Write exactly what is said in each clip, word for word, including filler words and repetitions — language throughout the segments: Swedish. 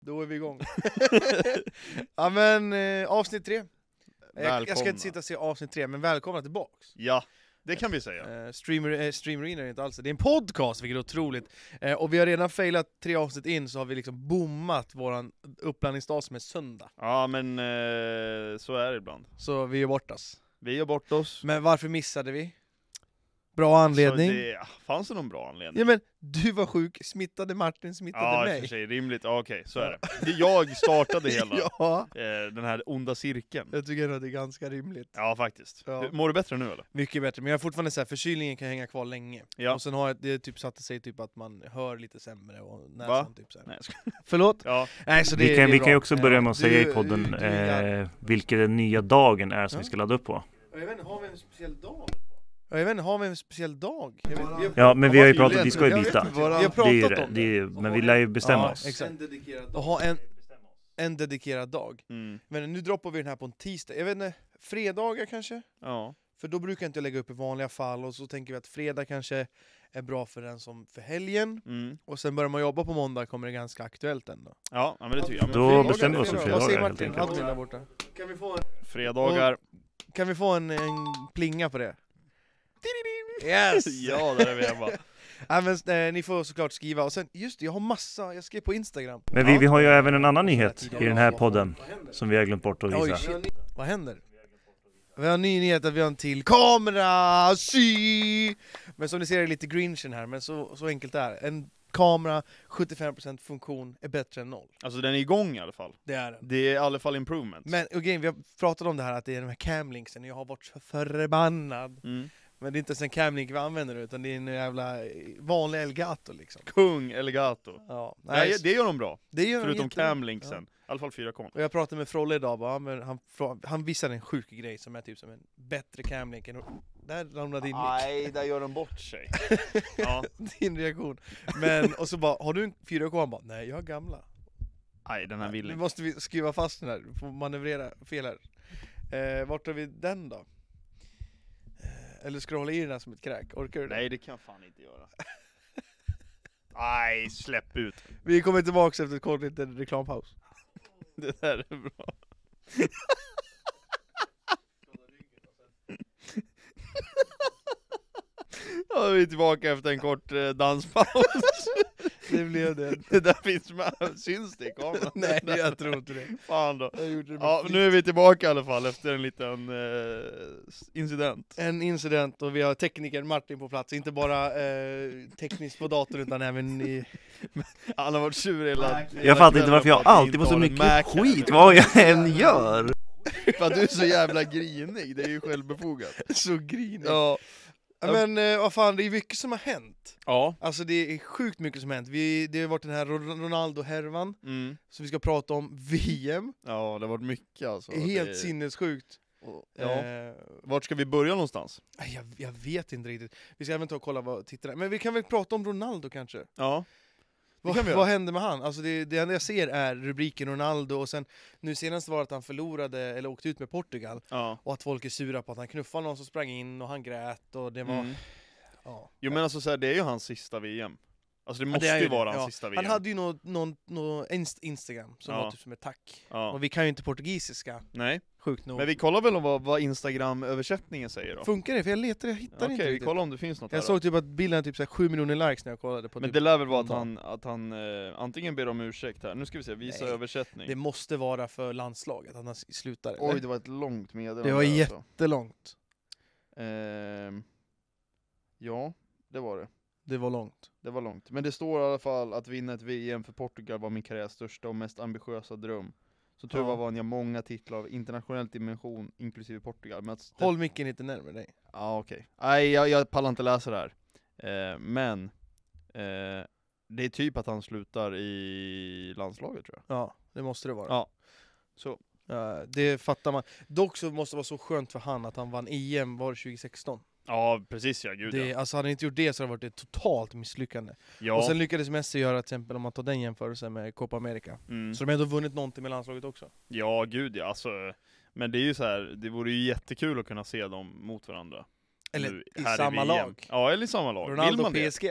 Då är vi igång. Ja men eh, avsnitt tre. Jag, jag ska inte sitta och se avsnitt tre, men välkomna tillbaks. Ja, det kan vi säga. Eh, streamer, eh, streamer är inte alls. Det är en podcast, vilket är otroligt. Eh, och vi har redan failat tre avsnitt in, så har vi liksom bommat våran upplandningsdag som är söndag. Ja, men eh, så är det ibland. Så vi är bortas. Vi är bort oss. Men varför missade vi? Bra anledning. Så det, fanns det någon bra anledning? Ja men, du var sjuk, smittade Martin, smittade ja, mig. Ja, i och för sig, rimligt. Ja, okej, så är det. det. Jag startade hela ja. eh, den här onda cirkeln. Jag tycker att det är ganska rimligt. Ja, faktiskt. Ja. Mår du bättre nu eller? Mycket bättre, men jag har fortfarande så här, förkylningen kan hänga kvar länge. Ja. Och sen har jag, det typ satt sig typ att man hör lite sämre och näsan Va? typ så här. Nej, jag ska... Förlåt? Ja. Nej, så det, vi kan, det vi är kan ju bra. också börja med att säga Du- i podden du- du är- eh, vilken den nya dagen är som Ja. vi ska ladda upp på. Jag vet inte, har vi en speciell dag? Ja, jag vet inte, har vi en speciell dag? Jag vet, vi har, Ja, men vi har ju pratat, tydligen- vi ska ju jag vet byta. inte, Vi har Det är ju pratat det, om det är, det. ju- men vi lär ju bestämma Ja, oss. exakt. Och ha en, en dedikerad dag. Mm. Men nu droppar vi den här på en tisdag. Jag vet inte, fredagar kanske? Ja. För då brukar jag inte lägga upp i vanliga fall. Och så tänker vi att fredag kanske är bra för den som för helgen. Mm. Och sen börjar man jobba på måndag, kommer det ganska aktuellt ändå. Ja, men det tycker jag. Men Då fredagar- bestämmer vi oss för Vad fredagar, säger helt Martin? enkelt. Admin där borta. Kan vi få en, Fredagar. kan vi få en, en plinga på det? Yes! Ja, där är vi hemma. Ja, men, eh, ni får såklart skriva. Och sen, just det, jag har massa, jag skrev på Instagram. Men vi, vi har ju även en annan nyhet i den här podden som vi har glömt bort att Oj, visa. shit. Vad händer? Vi har en ny nyhet att vi har en till kamera, sy! Men som ni ser är det lite grinchen här, men så, så enkelt är det. En kamera, sjuttiofem procent funktion, är bättre än noll. Alltså den är igång i alla fall. Det är den. Det är i alla fall improvements. Men okay, vi har pratat om det här att det är de här camlinksen, jag har varit så förbannad. Mm. Men det är inte ens en camlink vi använder utan det är en jävla vanlig Elgato liksom. Kung Elgato. Ja, Nej, det gör de bra. det gör Förutom jättebra. camlinksen. I alla fall fyra K. Och jag pratade med Frolle idag, bara, men han, han visade en sjuk grej som är typ som en bättre camlink än... Där ramlade din mick. Nej, där gör de bort sig. Ja. Din reaktion. Men, och så bara, har du en fyra K? Han bara, nej jag har gamla. Nej, den här vill Nu inte. måste vi skruva fast den här, du får manövrera fel här. Eh, vart har vi den då? Eh, eller ska du hålla i den här som ett kräk? Orkar du det? Nej, det kan jag fan inte göra. Nej, släpp ut. Vi kommer tillbaka efter ett kort liten reklampaus. Det där är bra. Ja, vi är tillbaka efter en kort eh, danspaus. Det blev det. Det där finns med. Syns det i kameran? Nej, jag tror inte det. Fan då. Jag gjorde det med Ja, flit. nu är vi tillbaka i alla fall efter en liten eh, incident. En incident och vi har tekniker Martin på plats. Inte bara eh, tekniskt på datorn utan även i... Han har varit sur hela... Jag fattar inte varför jag alltid får så mycket skit vad jag än gör. För att du är så jävla grinig, det är ju självbefogat. Så grinig. Ja. Ja, men eh, vad fan, det är mycket som har hänt. Ja. Alltså det är sjukt mycket som har hänt. Vi, det har varit den här Ronaldo-härvan Mm. som vi ska prata om. V M. Ja, det har varit mycket alltså. Helt det... sinnessjukt. Ja. Eh, Vart ska vi börja någonstans? jag, jag vet inte riktigt. Vi ska även ta och kolla vad tittarna... Men vi kan väl prata om Ronaldo kanske? Ja. Vad, kan vi göra. vad hände med han? Alltså det, det enda jag ser är rubriken Ronaldo och sen nu senast var att han förlorade eller åkte ut med Portugal Ja. och att folk är sura på att han knuffade någon som sprang in och han grät och det var... Mm. Ja. Jo men alltså så här, det är ju hans sista V M. Alltså det Ja, måste är ju det. vara hans Ja. sista V M. Han hade ju någon, någon, någon inst- Instagram som Ja. var typ som ett tack. Ja. Och vi kan ju inte portugisiska, Nej, sjukt nog. men vi kollar väl om vad, vad Instagram-översättningen säger då. Funkar det? För jag letar, jag hittar Okej, inte vi riktigt. kollar om det finns något Jag här såg typ att bilden hade typ så här sju miljoner likes när jag kollade på då. Men typ det lär väl vara att någon han, att han eh, antingen ber om ursäkt här. Nu ska vi se, visa Nej, översättning. Det måste vara för landslaget att han slutar. Oj, eller? det var ett långt meddelande. Det var där, jätte- alltså. Det är långt. Ehm, ja, det var det. Det var långt. Det var långt. Men det står i alla fall att vinna ett V M för Portugal var min karriärs största och mest ambitiösa dröm. Så tur Ja. var vann jag många titlar av internationell dimension, inklusive Portugal. Men att Håll micken lite närmare dig. Ja, okej. Nej, jag, jag pallar inte läsa det här. Eh, men eh, det är typ att han slutar i landslaget, tror jag. Ja, det måste det vara. Ja. Så. Ja, det fattar man. Dock så måste det vara så skönt för han att han vann E M var tjugo sexton. Ja, precis ja, gud Det, ja. alltså hade han inte gjort det så hade det varit ett totalt misslyckande. Ja. Och sen lyckades Messi göra till exempel, om man tar den jämförelsen med Copa America. Mm. Så de har ändå vunnit någonting med landslaget också. Ja, gud ja. Alltså, men det är ju så här, det vore ju jättekul att kunna se dem mot varandra. Eller nu, i här samma V M. lag. Ja, eller i samma lag. Vill Ronaldo man P det? S G.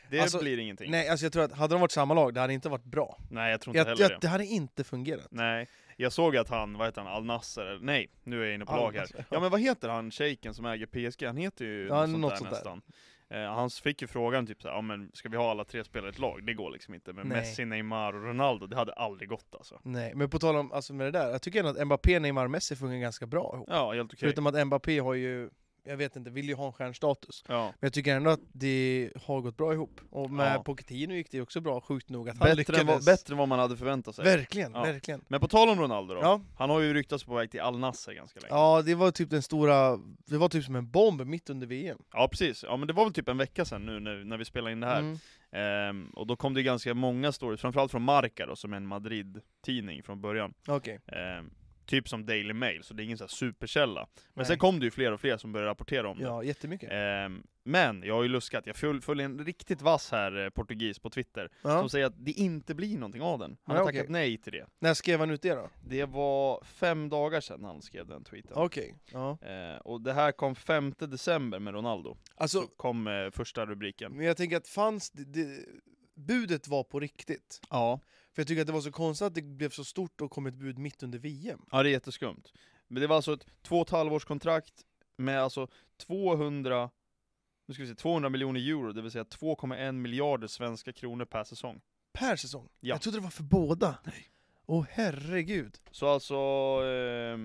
Det alltså, blir ingenting. Nej, alltså jag tror att hade de varit samma lag, det hade inte varit bra. Nej, jag tror inte jag, heller jag, det. Det hade inte fungerat. Nej, jag såg att han, vad heter han, Al Nasser, nej, nu är jag inne på lag här. Ja. Ja, men vad heter han, shejken som äger P S G? Han heter ju ja, något, något sånt där sånt nästan. Eh, han fick ju frågan typ såhär, ja men ska vi ha alla tre spelare i ett lag? Det går liksom inte. Men Nej. Messi, Neymar och Ronaldo, det hade aldrig gått alltså. Nej, men på tal om alltså med det där, jag tycker ändå att Mbappé, Neymar och Messi funkar ganska bra ihop. Ja, helt okej. Förutom att Mbappé har ju, jag vet inte, vill ju ha en stjärnstatus. Ja. Men jag tycker ändå att det har gått bra ihop. Och med Ja. Pochettino gick det ju också bra, sjukt nog att han Bättre, lyckades. än vad, bättre än vad man hade förväntat sig. Verkligen, Ja. verkligen. Men på tal om Ronaldo då, Ja. han har ju ryktats på väg till Al Nassr ganska länge. Ja, det var typ den stora, det var typ som en bomb mitt under V M. Ja precis, ja men det var väl typ en vecka sedan nu när, när vi spelade in det här. Mm. Ehm, och då kom det ganska många stories, framförallt från Marca då, som är en Madrid-tidning från början. Okej. Ehm, typ som Daily Mail, så det är ingen så här superkälla. Men Nej. sen kom det ju fler och fler som började rapportera om det. Ja, jättemycket. Ehm, men jag har ju luskat, jag föl- följer en riktigt vass här eh, portugis på Twitter, Ja. som säger att det inte blir någonting av den. Han Ja, har okej. tackat nej till det. När skrev han ut det då? Det var fem dagar sedan han skrev den tweeten. Okej. Ja. Eh, och det här kom femte december med Ronaldo. Alltså, Så kom eh, första rubriken. men jag tänker att fanns det, det, budet var på riktigt. Ja. För jag tycker att det var så konstigt att det blev så stort och kom ett bud mitt under V M. Ja, det är jätteskumt. Men det var alltså ett två och ett halvårs kontrakt med alltså tvåhundra, nu ska vi se, tvåhundra miljoner euro, det vill säga två komma en miljarder svenska kronor per säsong. Per säsong? Ja. Jag trodde det var för båda. Nej. Åh herregud. Så alltså eh,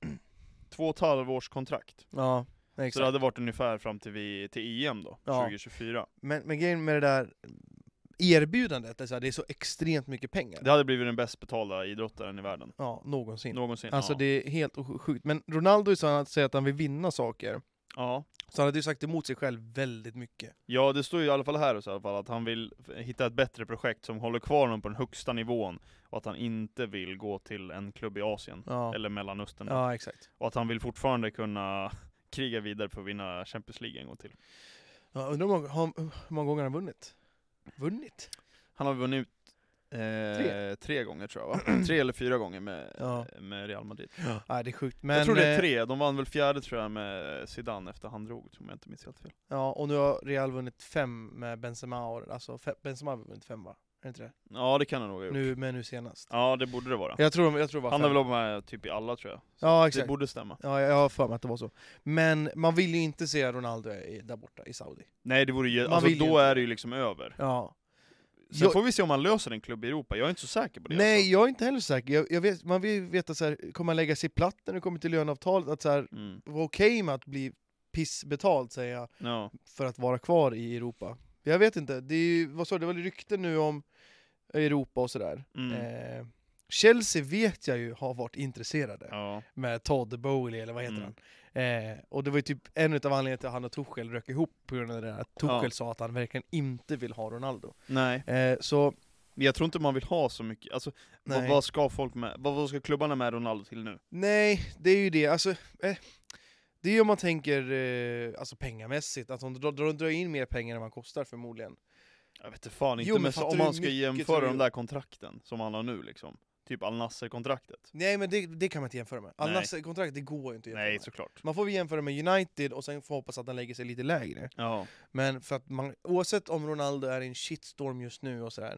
två och ett halvårs kontrakt. Ja, Så det exakt. hade varit ungefär fram till, vi, till E M då, Ja. tjugo tjugofyra. Men, men grejen med det där erbjudandet, är så här, det är så extremt mycket pengar. Det hade blivit den bäst betalda idrottaren i världen. Ja, någonsin. Någonsin. Alltså ja. det är helt sjukt. Men Ronaldo är så att säga att han vill vinna saker. Ja. Så han hade ju sagt emot sig själv väldigt mycket. Ja, det står ju i alla fall här i alla fall att han vill hitta ett bättre projekt som håller kvar honom på den högsta nivån, och att han inte vill gå till en klubb i Asien Ja, eller Mellanöstern. då. ja exakt. Och att han vill fortfarande kunna kriga vidare för att vinna Champions League en gång till. Ja, undrar hur många, hur många gånger han har vunnit? Vunnit? Han har vunnit eh, Tre. tre gånger tror jag va? Tre eller fyra gånger med, Ja. med Real Madrid. Ja, det är sjukt. Men, jag tror det är eh, tre, de vann väl fjärde tror jag med Zidane efter han drog, om jag inte minns helt fel. Ja, och nu har Real vunnit fem med Benzema, och, alltså fe, Benzema har vunnit fem va? Är det inte det? Ja, det kan han nog ha gjort. Nu, men nu senast. Ja, det borde det vara. Jag tror, jag tror det var Han fem. har väl varit med typ i alla tror jag. Så Ja, det exakt. borde stämma. Ja, jag har för mig att det var så. Men man vill ju inte se Ronaldo i, där borta i Saudi. Nej, det vore ju, Man alltså vill ju då inte. är det ju liksom över. Ja. Sen Jag- får vi se om han löser en klubb i Europa, jag är inte så säker på det. Nej, alltså. jag är inte heller säker. Jag, jag vet, man vill veta så här, kommer man lägga sig platt när det kommer till löneavtalet? Att så här, Mm. vara okej med att bli pissbetald, säger jag, Ja. för att vara kvar i Europa. Jag vet inte, det är ju, vad sa du, det var rykten nu om Europa och sådär. Mm. Eh, Chelsea vet jag ju har varit intresserade Ja. med Todd Bowley, eller vad heter Mm. han? Eh, och det var ju typ en av anledningarna till att han och Tuchel rök ihop, på grund av det där att Tuchel Ja. sa att han verkligen inte vill ha Ronaldo. Nej, Eh, så, men jag tror inte man vill ha så mycket, alltså vad, nej. vad ska folk med, vad, vad ska klubbarna med Ronaldo till nu? Nej, det är ju det. Alltså, eh, det är ju om man tänker eh, alltså pengamässigt, att de drar, drar, drar in mer pengar än man kostar förmodligen. Jag vet inte fan, inte Jo, men men så, fattar om du man hur ska mycket jämföra tror de du- där kontrakten som han har nu liksom. Typ Al Nassr-kontraktet. Nej, men det, det kan man inte jämföra med. Nej. Annars kontrakt, det går ju inte att jämföra Nej, med. såklart. Man får väl jämföra med United och sen får hoppas att han lägger sig lite lägre. Ja. Men för att man, oavsett om Ronaldo är i en shitstorm just nu och sådär,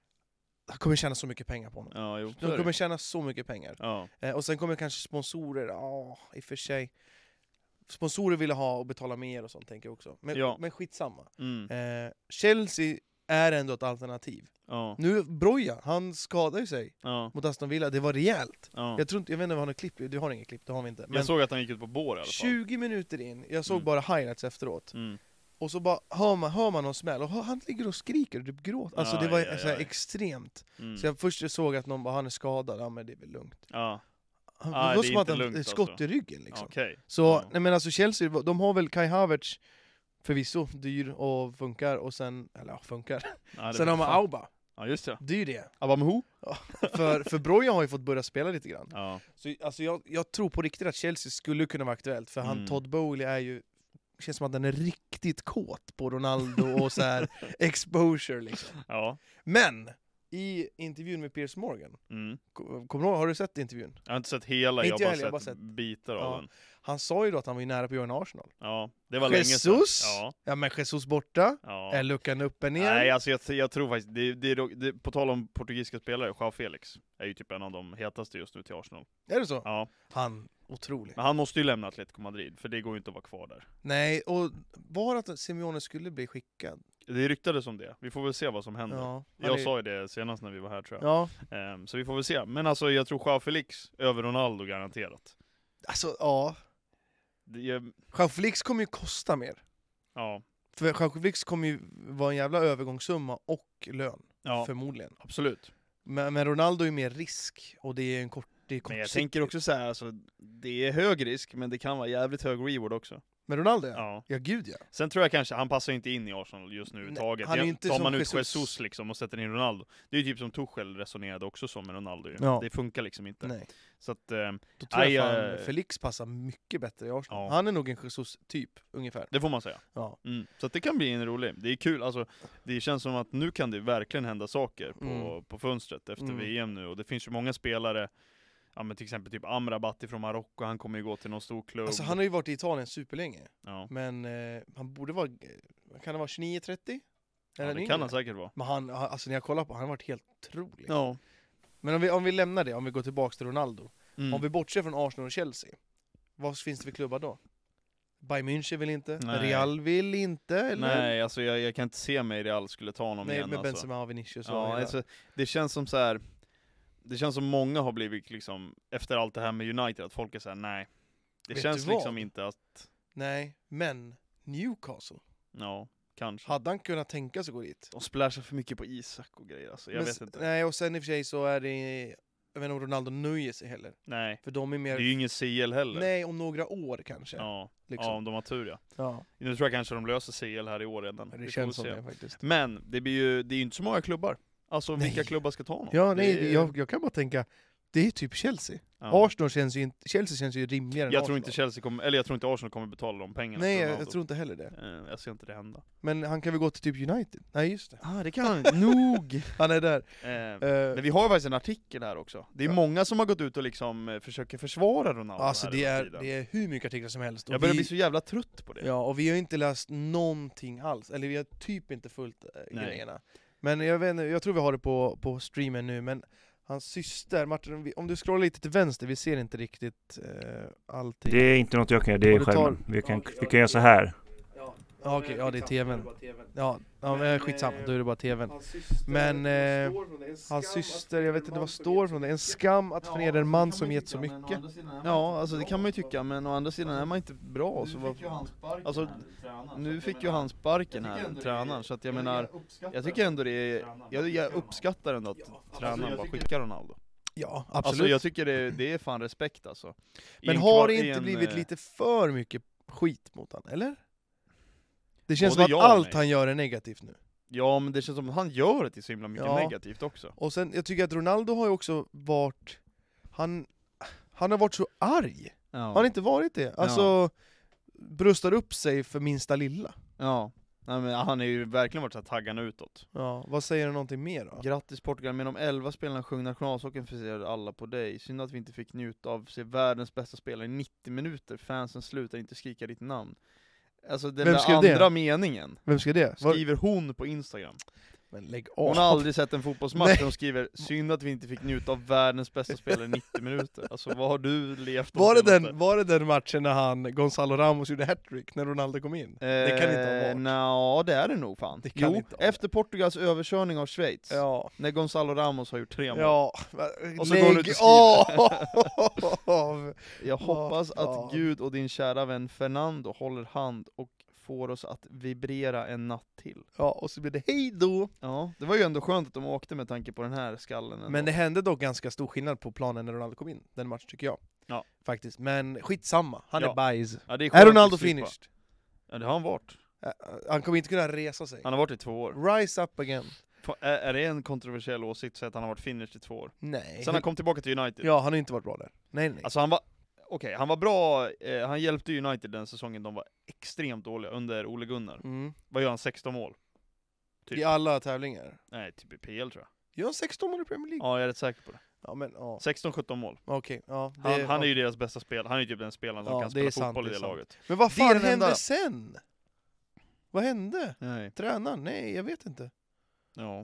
han kommer tjäna så mycket pengar på honom. Ja, jo. så De är det. kommer tjäna så mycket pengar. Ja. Eh, och sen kommer kanske sponsorer, ja, i och för sig. Sponsorer vill ha och betala mer och sånt, tänker jag också. Men, Ja. men skitsamma. Mm. Eh, Chelsea är ändå ett alternativ. Ja. Nu, Broja, han skadade ju sig Ja. mot Aston Villa, det var rejält. Ja. Jag, tror inte, jag vet inte om han har klipp, du har inget klipp, det har vi inte. Men Jag såg att han gick ut på bår i alla fall. tjugo minuter in, jag såg Mm. bara highlights efteråt. Mm. Och så bara hör man, hör man någon smäll, och han ligger och skriker och typ gråter. Alltså Aj, det var aj, så här aj. extremt. Mm. Så jag först såg att någon bara, han är skadad, ja men det är väl lugnt. Ja. Han, Aj, det var det är som att inte han lugnt ett skott alltså. i ryggen liksom. Okej. Så, Ja. nej men alltså Chelsea, de har väl Kai Havertz, förvisso dyr och funkar, och sen, eller ja, funkar. Ja, det Sen var har man fan- Auba, Ja, just det. det är ju det. Abamehu? För, för Broja har ju fått börja spela lite grann. Ja. Så alltså jag, jag tror på riktigt att Chelsea skulle kunna vara aktuellt, för han Mm. Todd Bowley är ju, känns som att den är riktigt kåt på Ronaldo och så här exposure liksom. Ja. Men i intervjun med Piers Morgan, Mm. ko- kommer du ihåg, har du sett intervjun? Jag har inte sett hela, jag Inte har jag heller, bara jag har sett, bara sett- bitar Ja. av den. Han sa ju då att han var ju nära på att göra en Arsenal. Ja, det var Jesus? länge sedan. Ja. Ja, men Jesus borta. Ja. Är luckan uppe ner? Nej, alltså jag, jag tror faktiskt, det, det, det, det, på tal om portugisiska spelare, João Felix är ju typ en av de hetaste just nu till Arsenal. Är det så? Ja. Han, otrolig. Men han måste ju lämna Atletico Madrid, för det går ju inte att vara kvar där. Nej, och var att Simeone skulle bli skickad? Det ryktades om det. Vi får väl se vad som händer. Ja, Jag är... sa ju det senast när vi var här, tror jag. Ja. Um, så vi får väl se. Men alltså, jag tror João Felix över Ronaldo garanterat. Alltså, ja. Det, jag... João Felix kommer ju kosta mer. Ja. För João Felix kommer ju vara en jävla övergångssumma och lön. Ja. Förmodligen. Absolut. Men, men Ronaldo är mer risk. Och det är en kort, det är kort Men jag sikt. tänker också så här, alltså, det är hög risk, men det kan vara jävligt hög reward också. Men Ronaldo, ja. Ja. Ja, gud ja. Sen tror jag kanske, han passar inte in i Arsenal just nu överhuvudtaget. han är ju inte Tar som man ut Jesus. Jesus liksom och sätter in Ronaldo. Det är ju typ som Tuchel resonerade också som med Ronaldo. Ju. Ja. Det funkar liksom inte. Nej. Så att, eh, Då tror jag aj, fan eh, Felix passar mycket bättre i Arsenal. Ja. Han är nog en Jesus-typ, ungefär. det får man säga. Ja. Mm. Så att det kan bli en rolig. Det är kul, alltså, det känns som att nu kan det verkligen hända saker på, Mm. på fönstret efter Mm. V M nu. Och det finns ju många spelare, ja, men till exempel typ Amrabat från Marocko, han kommer ju gå till någon stor klubb. Alltså han har ju varit i Italien superlänge. ja. Men eh, han borde vara, eh, kan det vara tjugonio trettio? Ja, det kan han säkert vara. Men han, han- alltså när jag kollar på han har varit helt otrolig. Ja. Men om vi, om vi lämnar det, om vi går tillbaka till Ronaldo. Mm. Om vi bortser från Arsenal och Chelsea, vad finns det för klubbar då? Bayern München vill inte, Nej. Real vill inte, eller? Nej, alltså jag, jag kan inte se mig i Real skulle ta honom Nej, igen. med alltså. Benzema och Vinicius och Ja, hela. alltså, det känns som så här. Det känns som många har blivit liksom, efter allt det här med United, att folk är så här: nej. Det Vet känns du vad? liksom inte att, Nej, men Newcastle, ja, kanske. hade han kunnat tänka sig gå dit? De splashar för mycket på Isak och grejer, alltså. Jag Men vet s- inte. Nej, och sen i och för sig så är det, jag vet inte om Ronaldo nöjer sig heller. Nej. För de är Det mer, är ju ingen C L heller. nej, om några år kanske. Ja. liksom. ja, om de har tur ja. Ja, Nu tror jag kanske de löser C L här i år redan. Vi det får känns som väl se. det faktiskt. Men det blir ju, det är ju inte så många klubbar. Alltså Nej. vilka klubbar ska ta honom? Ja, nej, Det är- jag, jag kan bara tänka, det är typ Chelsea. Ja. Arsenal känns ju inte, Chelsea känns ju rimligare än Jag Arsenal. tror inte Chelsea kommer, eller jag tror inte Arsenal kommer betala de pengarna. Nej, för jag, Ronaldo. jag tror inte heller det. Eh, Jag ser inte det hända. Men han kan väl gå till typ United? Nej, just det. Ah, det kan han nog. Han är där. Eh, Eh, Men vi har ju faktiskt en artikel här också. Det är Ja. många som har gått ut och liksom eh, försöker försvara Ronaldo alltså här det hela är, tiden. det är hur mycket artiklar som helst. Och Jag börjar vi, bli så jävla trött på det. Ja, och vi har inte läst någonting alls. Eller vi har typ inte följt äh, Nej. grejerna. Men jag, vet, inte, jag tror vi har det på, på streamen nu, men hans syster, Martin, om vi- om du scrollar lite till vänster, vi ser inte riktigt eh, allting. Det är inte något jag kan göra, det är Och du tar- skärmen. Vi kan, vi kan göra så här. Ja, okej, ja det är tvn. Ja, ja men skitsamma, då är det bara tvn. Men eh, hans syster, jag vet inte vad står från det. En skam att förnedra en man som gett så mycket. Ja, alltså det kan man ju tycka, men å andra sidan är man inte bra. Så vad... Alltså, nu fick ju han sparken här, tränaren, så att jag menar, jag tycker ändå det är, jag, jag uppskattar ändå att tränaren bara skickar Ronaldo. Ja, absolut. Alltså jag tycker det, det är fan respekt alltså. I Men en har kvar- det i inte en, blivit eh, lite för mycket skit mot han, eller? Det känns Både som att ja och allt nej. han gör är negativt nu. Ja, men det känns som att han gör det till så himla mycket Ja. negativt också. Och sen, jag tycker att Ronaldo har ju också varit, han, han har varit så arg. Ja. Har han inte varit det? Alltså, bröstar upp sig för minsta lilla. Ja. Nej, men han har ju verkligen varit så här taggarna utåt. Ja, vad säger du någonting mer då? Grattis Portugal, med de elva spelarna sjöng nationalsången förserade alla på dig. Synd att vi inte fick njuta av se världens bästa spelare i nittio minuter. Fansen slutar inte skrika ditt namn. Alltså den Vem där skrev andra det? meningen Vem ska det? Var, skriver hon på Instagram. men lägg av. Hon har aldrig sett en fotbollsmatch Nej. där hon skriver synd att vi inte fick njuta av världens bästa spelare i nittio minuter. Alltså vad har du levt Var det, senaste- den, var det den matchen när han, Gonzalo Ramos gjorde hattrick när Ronaldo kom in? det kan inte ha varit. Eh, Nja, det är det nog fan. Det kan jo, inte ha varit. efter Portugals överkörning av Schweiz, Ja. när Gonzalo Ramos har gjort tre mål. Ja, Och så går du ut lägg och av! Jag hoppas Vad att fan. Gud och din kära vän Fernando håller hand och får oss att vibrera en natt till. Ja, och så blir det hej då. Ja, det var ju ändå skönt att de åkte med tanke på den här skallen ändå. Men det hände dock ganska stor skillnad på planen när Ronaldo kom in, den matchen tycker jag. Ja. Faktiskt, men skitsamma, han Ja. är bajs. ja, det Är skönt Ronaldo att slippa. finished? Ja, det har han varit. Ä- Han kommer inte kunna resa sig. Han har varit i två år. Rise up again. Få- Är, är det en kontroversiell åsikt så att han har varit finished i två år? Nej. Sen han kom tillbaka till United. Ja, han har inte varit bra där. Nej, nej. Alltså han var, okej, han var bra, eh, han hjälpte United den säsongen de var extremt dåliga under Ole Gunnar. Mm. Vad gör han, sexton mål? Typ. I alla tävlingar. Nej, typ i P L tror jag. Gör han sexton mål i Premier League? Ja, jag är rätt säker på det. Ja, men, ja. sexton sjutton mål. Okej, ja. Det, Han, han ja. är ju deras bästa spel. Han är ju typ den spelaren som Ja, kan det är spela sant, fotboll det i är det sant. laget. Men vad Det är fan den hände enda. sen? Vad hände? Nej. Tränaren? Nej, jag vet inte. Ja.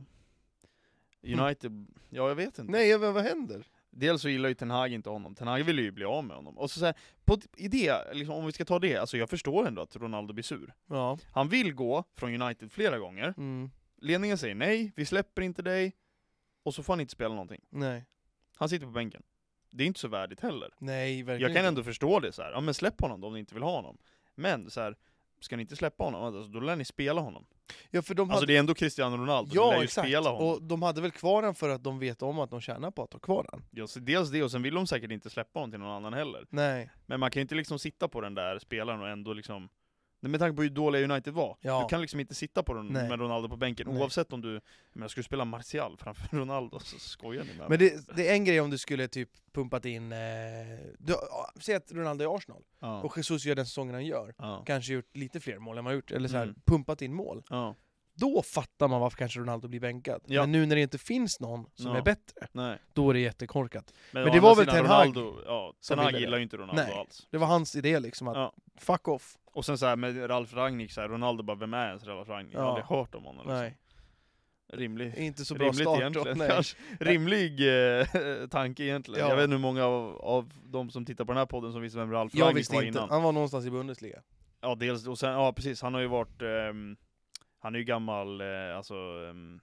United, ja jag vet inte. Nej, jag, vad händer? Dels så gillar ju Ten Hag inte honom. Ten Hag vill ju bli av med honom. Och så, så här, på i det, liksom, om vi ska ta det, alltså jag förstår ändå att Ronaldo blir sur. Ja. Han vill gå från United flera gånger. Mm. Ledningen säger nej, vi släpper inte dig. Och så får han inte spela någonting. Nej. Han sitter på bänken. Det är inte så värdigt heller. Nej, verkligen Jag kan inte. ändå förstå det så här. Ja men släpp honom då om ni inte vill ha honom. Men så här, ska ni inte släppa honom, alltså, då lär ni spela honom. Ja, för de Alltså hade... det är ändå Cristiano Ronaldo, du lär Ja, ju exakt. spela honom. Och de hade väl kvar den för att de vet om att de tjänar på att ha kvar den. Ja, så dels det, och sen vill de säkert inte släppa honom till någon annan heller. Nej. Men man kan ju inte liksom sitta på den där spelaren och ändå liksom... Nej, med tanke på hur dåliga United var. Ja. Du kan liksom inte sitta på den Nej. med Ronaldo på bänken, Nej. oavsett om du... Men jag skulle spela Martial framför Ronaldo, så skojar ni med Men det, det är en grej om du skulle typ pumpat in... Eh, du, säg att Ronaldo är i Arsenal, ja. och Jesus gör den säsongen han gör. Ja. Kanske gjort lite fler mål än man har gjort, eller så här, Mm. pumpat in mål. Ja. Då fattar man varför kanske Ronaldo blir bänkad. Ja. Men nu när det inte finns någon som Ja. är bättre, Nej. då är det jättekorkat. Men, Men å det var andra väl sidan, Ten Hag Ronaldo, ja, som Ten Hag ville gillar det. ju inte Ronaldo Nej. alls. Det var hans idé liksom, att Ja. fuck off. Och sen så här med Ralf Rangnick, så här, Ronaldo bara, vem är ens Ralf Rangnick? Jag har Ja. aldrig hört om honom. Liksom. Nej, Rimlig. inte så bra Rimligt start då. egentligen. Nej. Kanske. Rimlig eh, tanke egentligen. Ja. Jag vet inte hur många av, av de som tittar på den här podden som visste vem Ralf Jag Rangnick visste var inte, innan. han var någonstans i Bundesliga. Ja, dels, och sen, ja precis, han har ju varit, ehm, han är ju gammal, eh, alltså, ehm,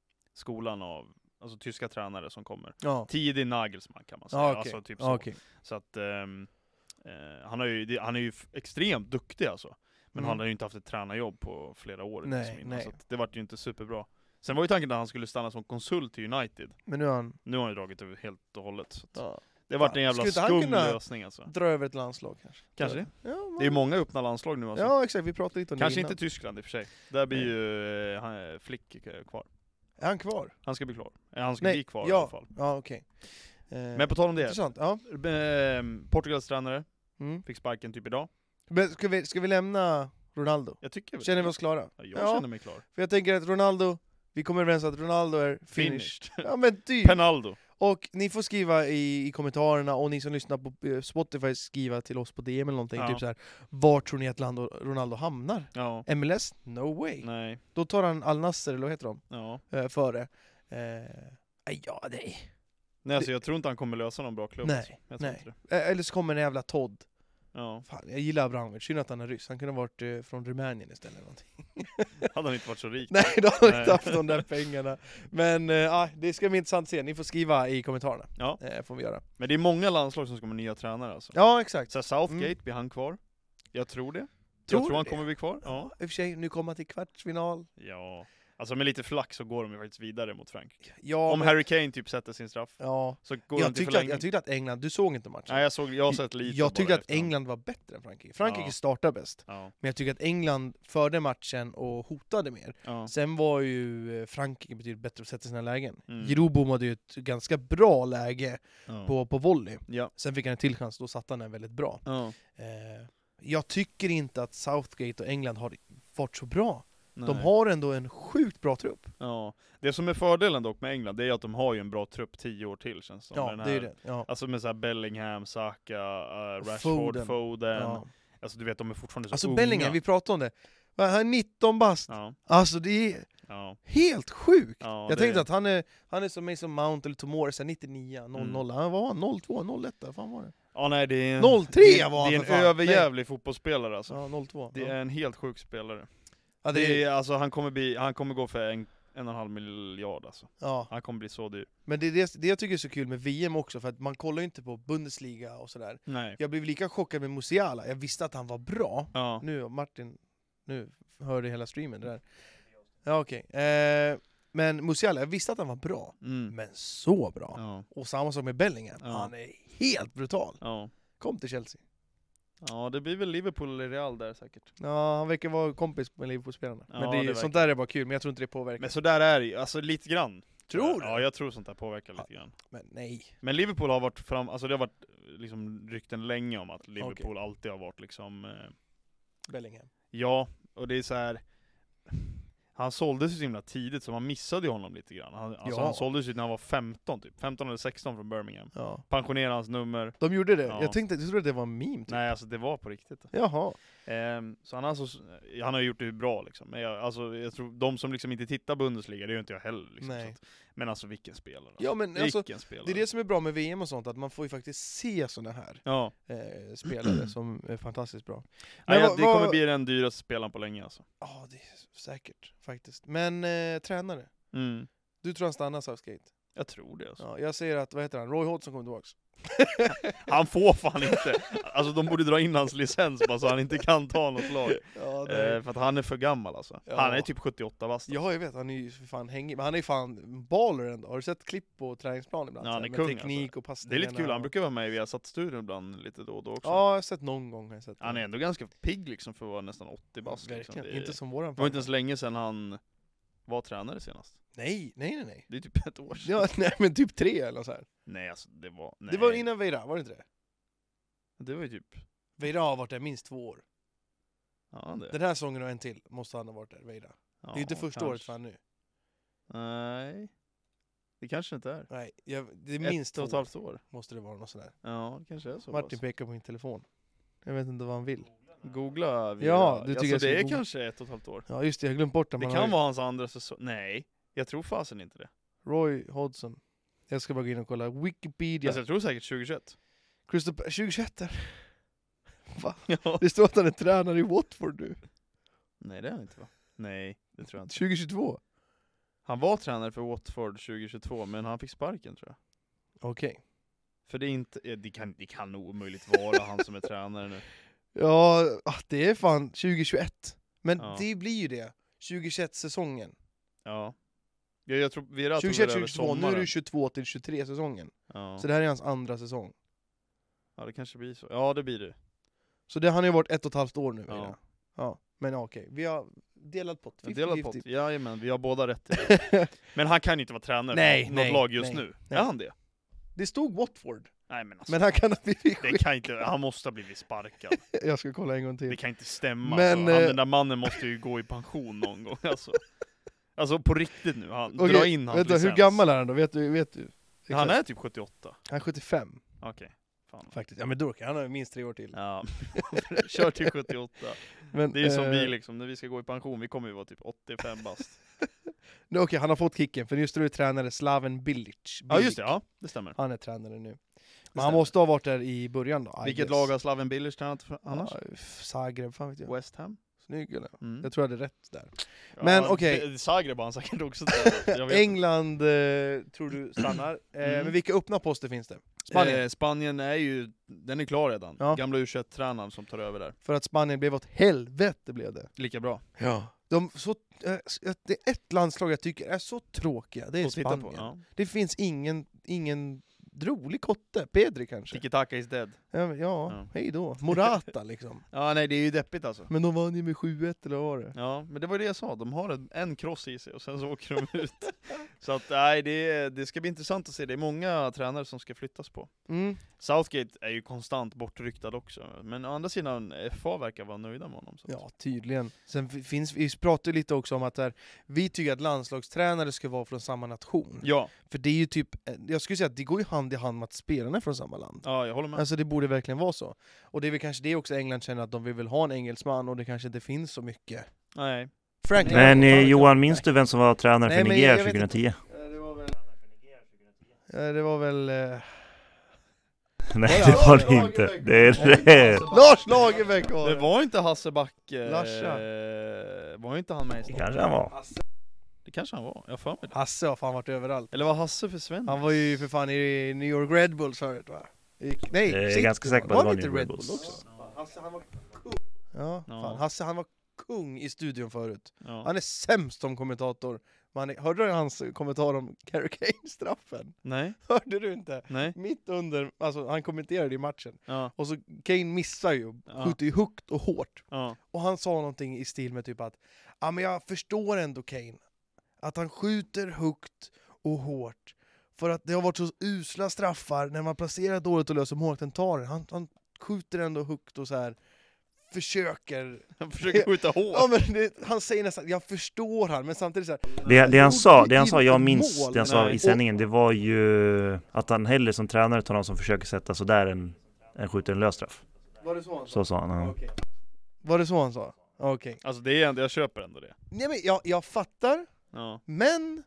skolan av, alltså tyska tränare som kommer. Ja, Tidig Nagelsmann kan man säga, ja okej. alltså typ så. Ja, okej. Så att, ehm, eh, han, har ju, det, han är ju f- extremt duktig alltså. Men Mm. han har ju inte haft ett tränarjobb på flera år. Nej, liksom innan, nej. Så att det vart ju inte superbra. Sen var ju tanken att han skulle stanna som konsult till United. Men nu har han... Nu har han ju dragit över helt och hållet. Så att Ja. det har varit en Ja, jävla skulle inte han skum kunna lösning alltså. dra över ett landslag kanske. Kanske det. Ja, man... Det är ju många öppna landslag nu alltså. Ja, exakt. Vi pratade lite om Kanske det inte innan. Tyskland i och för sig. Där blir Nej. ju eh, han, eh, Flick eh, kvar. Är han kvar? Han ska bli klar. Eh, Han ska Nej, bli kvar ja. i alla fall. Ja, okej. Eh, Men på tal om det. Intressant, ja. Eh, Portugals tränare Mm. fick sparken typ idag. Men ska vi, ska vi lämna Ronaldo? Jag tycker Känner vi oss klara? Ja, jag Ja. känner mig klar. För jag tänker att Ronaldo, vi kommer överens att Ronaldo är finished. Finished. Ja men typ. Penaldo. Och ni får skriva i, i kommentarerna, och ni som lyssnar på eh, Spotify, skriva till oss på D M eller någonting, Ja. typ så här. Var tror ni att Lando, Ronaldo hamnar? Ja. M L S? No way. Nej. Då tar han Al Nassr, eller vad heter de? Ja. Eh, före. Eh, ja, nej. Nej alltså jag tror inte han kommer lösa någon bra klubb. Nej, alltså. Jag tror nej. inte det. Eh, eller så kommer en jävla Todd. Ja. Fan, jag gillar Abramovic, synd att han är ryss. Han kunde ha varit eh, från Rumänien istället. eller Någonting. Hade han inte varit så rik. Nej, då har han Nej. inte haft de där pengarna. Men eh, ah, det ska bli intressant att se. Ni får skriva i kommentarerna. Ja. Eh, får vi göra. Men det är många landslag som ska med nya tränare alltså. Ja, exakt. Så här, Southgate, Mm. blir han kvar? Jag tror det. Tror jag tror du han det? kommer bli kvar. Ja. I och för sig, nu kommer han till kvartsfinal. Ja. Alltså med lite flax så går de ju faktiskt vidare mot Frankrike. Ja, Om men, Harry Kane typ sätter sin straff, ja. så går Jag, de till tyckte att, förlängning. jag tyckte att England, du såg inte matchen. Nej jag såg, jag har sett lite jag tyckte bara att efterhand. England var bättre än Frankrike. Frankrike Ja. startar bäst. Ja. Men jag tycker att England förde matchen och hotade mer. Ja. Sen var ju eh, Frankrike betydligt bättre att sätta sina lägen. Mm. Giroud bommade ju ett ganska bra läge Ja. på, på volley. Ja. Sen fick han en till chans, då satte han den väldigt bra. Ja. Eh, jag tycker inte att Southgate och England har varit så bra. Nej. De har ändå en sjukt bra trupp. Ja. Det som är fördelen dock med England, det är att de har ju en bra trupp tio år till känns det som. Ja, Med den det är här- det. Ja. Alltså med så här Bellingham, Saka, uh, Rashford, Foden. Foden. Ja. Alltså du vet, de är fortfarande så Alltså unga. Bellingham, vi pratade om det. Han är nitton bast. Ja, Alltså det är ja, helt sjukt. ja. jag det- tänkte att han är, han är som Mason Mount eller Tomori, så här nittionio, noll noll. Mm. Han var noll två, noll ett, vad fan var det? Ja nej det är en... noll tre det, var han det är för en fan. överjävlig fotbollsspelare alltså. Ja, noll två. Det ja. är en helt sjuk spelare. Ja, Det det är, är, alltså han kommer bli, han kommer gå för en, en och en halv miljard alltså. ja. Han kommer bli så dyr. Men det är det, det jag tycker är så kul med V M också, för att man kollar ju inte på Bundesliga och sådär. Nej. Jag blev lika chockad med Musiala, jag visste att han var bra. Ja. Nu, Martin, nu hörde hela streamen det där. Ja okej. Eh, men Musiala, jag visste att han var bra. Mm. Men så bra. Ja. Och samma sak med Bellingham, Ja. han är helt brutal. Ja. Kom till Chelsea. Ja, det blir väl Liverpool eller Real där säkert. Ja, han verkar vara kompis med Liverpool-spelarna. Ja, men det är, det ju- sånt verkar. där är bara kul, men jag tror inte det påverkar. Men så där är det ju, alltså lite grann. Tror du? Ja, jag tror sånt där påverkar lite grann. Men nej. Men Liverpool har varit fram, alltså det har varit liksom rykten länge om att Liverpool alltid har varit liksom, eh, Bellingham. ja, och det är så här. Han såldes ju så himla tidigt så man missade ju honom lite grann. Han, alltså Ja. han såldes ju när han var femton typ. femton eller sexton från Birmingham. Ja. Pensionerade hans nummer. De gjorde det? Ja. Jag tänkte, jag trodde att det var en meme typ. Nej, alltså det var på riktigt. Jaha. Ehm, så han, alltså, han har ju gjort det bra liksom. Men jag, alltså, jag tror de som liksom inte tittar Bundesliga, det gör inte jag heller. Liksom, Nej. så att, men alltså vilken spelare. Alltså. Ja, men vilken alltså, spelare. det är det som är bra med V M och sånt, att man får ju faktiskt se såna här Ja. eh, spelare som är fantastiskt bra. Nej, Men ja, vad- det kommer vad- bli den dyraste spelaren på länge alltså. Ja, det är säkert faktiskt. Men eh, tränare, Mm. du tror han stannar Southgate? Jag tror det alltså. Ja, jag säger att, vad heter han, Roy Hodgson kommer tillbaks. Han får fan inte. Alltså de borde dra in hans licens bara så han inte kan ta något lag. Ja, Eh, för att han är för gammal alltså. Ja. Han är typ sjuttioåtta bast. Ja, jag vet, han är ju för fan hängig, men han är ju fan baller ändå. Har du sett klipp på träningsplan ibland? Ja, han Så är här, kung, med teknik alltså. och passningar. Det är lite kul, han brukar vara med i Viasat-studion ibland lite då och då också. Ja, jag har sett någon gång. Har jag sett Han är ändå ganska pigg liksom för att vara nästan åttio bast. verkligen, Liksom. Det, inte som våran det var inte ens länge sedan han var tränare senast. Nej, nej, nej, nej. Det är typ ett år sedan. Ja, nej, men typ tre eller så här. Nej alltså det var... Nej. Det var innan Veira, var det inte det? Det var ju typ... Veira har varit där minst två år. Ja, det. Den här säsongen och en till måste han ha varit där, Veira. Ja, Det är ju inte första kanske. året för han nu. Nej. Det kanske inte är. Nej, jag, det är Ett minst två och ett år, halvt år. måste det vara något sådär. Ja, det kanske är så. Martin pass. pekar på min telefon. Jag vet inte vad han vill. Googla Vira. Ja, du tycker alltså, jag ska det är googla. kanske ett och ett halvt år. Ja just det, jag har glömt bort att Det man kan har vara hans andra säsong. Nej, jag tror fasen inte det. Roy Hodgson. Jag ska bara gå in och kolla. Wikipedia. Alltså, jag tror säkert tjugohundratjugoett. Crystal Pa- tjugohundratjugoett där. Va? Ja. Det står att han är tränare i Watford nu. Nej, det är han inte va? Nej, det tror jag inte. tjugohundratjugotvå. Han var tränare för Watford tjugohundratjugotvå, men han fick sparken tror jag. Okej. För det är inte, eh, det kan, det kan nog omöjligt vara han som är tränare nu. Ja, ah, det är fan tjugohundratjugoett. Men Ja. det blir ju det. tjugohundratjugoett-säsongen. Ja. Jag, jag tror Vira tog tjugohundratjugoett över tjugohundratjugotvå, nu är sommaren. det tjugotvå till tjugotre-säsongen. Ja. Så det här är hans andra säsong. ja, det kanske blir så. Ja, det blir det. Så det, han har ju varit ett och ett halvt år nu. Ja. Ja, ja. Men ja, okej, vi har delat pott. Jag delar fifty fifty. pott. Jajamän, vi har båda rätt i det. Men han kan ju inte vara tränare Nej, för något nej, lag just nej, nu. nej. Är han det? Det stod Watford. Nej men alltså, Men han kan ha blivit det kan inte, han måste ha blivit sparkad. Jag ska kolla en gång Det till. kan inte stämma. Men, alltså. han, eh, den där mannen måste ju gå i pension någon gång. Alltså, alltså på riktigt nu, han, Okej, dra in hans vänta, hur licens. gammal är han då? Vet du? Vet du? Han är typ sjuttioåtta. Han är sjuttiofem Okej. Fan. faktiskt. Ja men då kan han ha minst tre år till. Ja, kör till sjuttioåtta. Men, Det är som eh, vi liksom, när vi ska gå i pension, vi kommer ju vara typ åttiofem bast. nej, Okej, han har fått kicken, för just nu är det tränare Slaven Bilic. Ja just det, ja, det stämmer. Han är tränare nu. Men stämmer. han måste ha varit där i början då. I Vilket guess. lag har Slaven Bilic tränat för annars? Ja, Zagreb, fan vet jag. West Ham? Snygg eller? Mm. Jag tror jag hade rätt där. Ja, Men, okej. det- Zagreb har han säkert också tränat. Jag vet inte. England eh, tror du stannar. Eh, Mm. Men vilka öppna poster finns det? Spanien. Eh, Spanien är ju, den är klar redan. Ja. Gamla U tjugoett-tränaren som tar över där. För att Spanien blev åt helvete blev det. Lika bra. Ja. De, så, eh, det är ett landslag jag tycker är så tråkiga, det är Att titta Spanien. på. Ja. Det finns ingen, ingen rolig kotte, Pedri kanske. Tiki-taka is dead. Ja, ja, Ja. hej då. Morata liksom. Ja nej det är ju deppigt alltså. Men de vann ju med sju ett eller vad var det? Ja, men det var ju det jag sa, de har en, en cross i sig och sen så åker de ut. Så att nej, det, det ska bli intressant att se, det är många tränare som ska flyttas på. Mm. Southgate är ju konstant bortryktad också, men å andra sidan, F A verkar vara nöjda med honom. Så att- Ja, tydligen. Sen f- finns, vi pratar ju lite också om att där, vi tycker att landslagstränare ska vara från samma nation. ja, För det är ju typ, eh, jag skulle säga att det går ju hand i hand med att spelarna är från samma land. ja, jag håller med. Alltså det borde verkligen vara så. Och det är väl kanske det också England känner, att de vill väl ha en engelsman och det kanske inte finns så mycket. Nej. Frank Men Lampard, eh, fan, Johan, minns du vem som var tränare Nej, för men Niger jag vet tjugohundratio? Eh, Det var väl... Eh, Det var väl... eh, Nej, Ja, det ja, var ja, det ja, inte. ja, Det är ja. rätt. Lars Lagerbäck var Det det! var inte Hasse Back, eh, Larsa. var inte han med i Det starten? kanske han var. Det kanske han var, jag har för mig det. Hasse har fan varit överallt. Eller var Hasse för Sven? Han var ju för fan i New York Red Bulls förut va? Gick- Nej, Jag är City ganska säker på var att det var inte New York Red Red Bull Bulls. också? Hasse han var kung. Ja, Ja. fan. Hasse han var kung i studion förut. Ja. Han är sämst som kommentator. Man är, hörde du hans kommentar om Harry Kane-straffen? Nej, Hörde du inte? nej. Mitt under, alltså han kommenterade i matchen. Ja, Och så Kane missar ju, Ja. skjuter ju högt och hårt. ja. Och han sa någonting i stil med typ att ja men jag förstår ändå Kane, att han skjuter högt och hårt. För att det har varit så usla straffar när man placerar dåligt och löser målet, den tar den. Han, han skjuter ändå högt och så här försöker... Han försöker skjuta hål. Ja, men det, han säger nästan, jag förstår han, men samtidigt så här... Det, det han sa, det han sa, jag minns mål, det han sa nej. i sändningen, det var ju att han hellre som tränare tar någon som försöker sätta sådär en, en skjuter en lösstraff. Var det så han sa? Så sa han. Ja. Okay. Var det så han sa? Okej. Okay. Alltså det är ändå, jag köper ändå det. Nej men jag, jag fattar, Ja. men...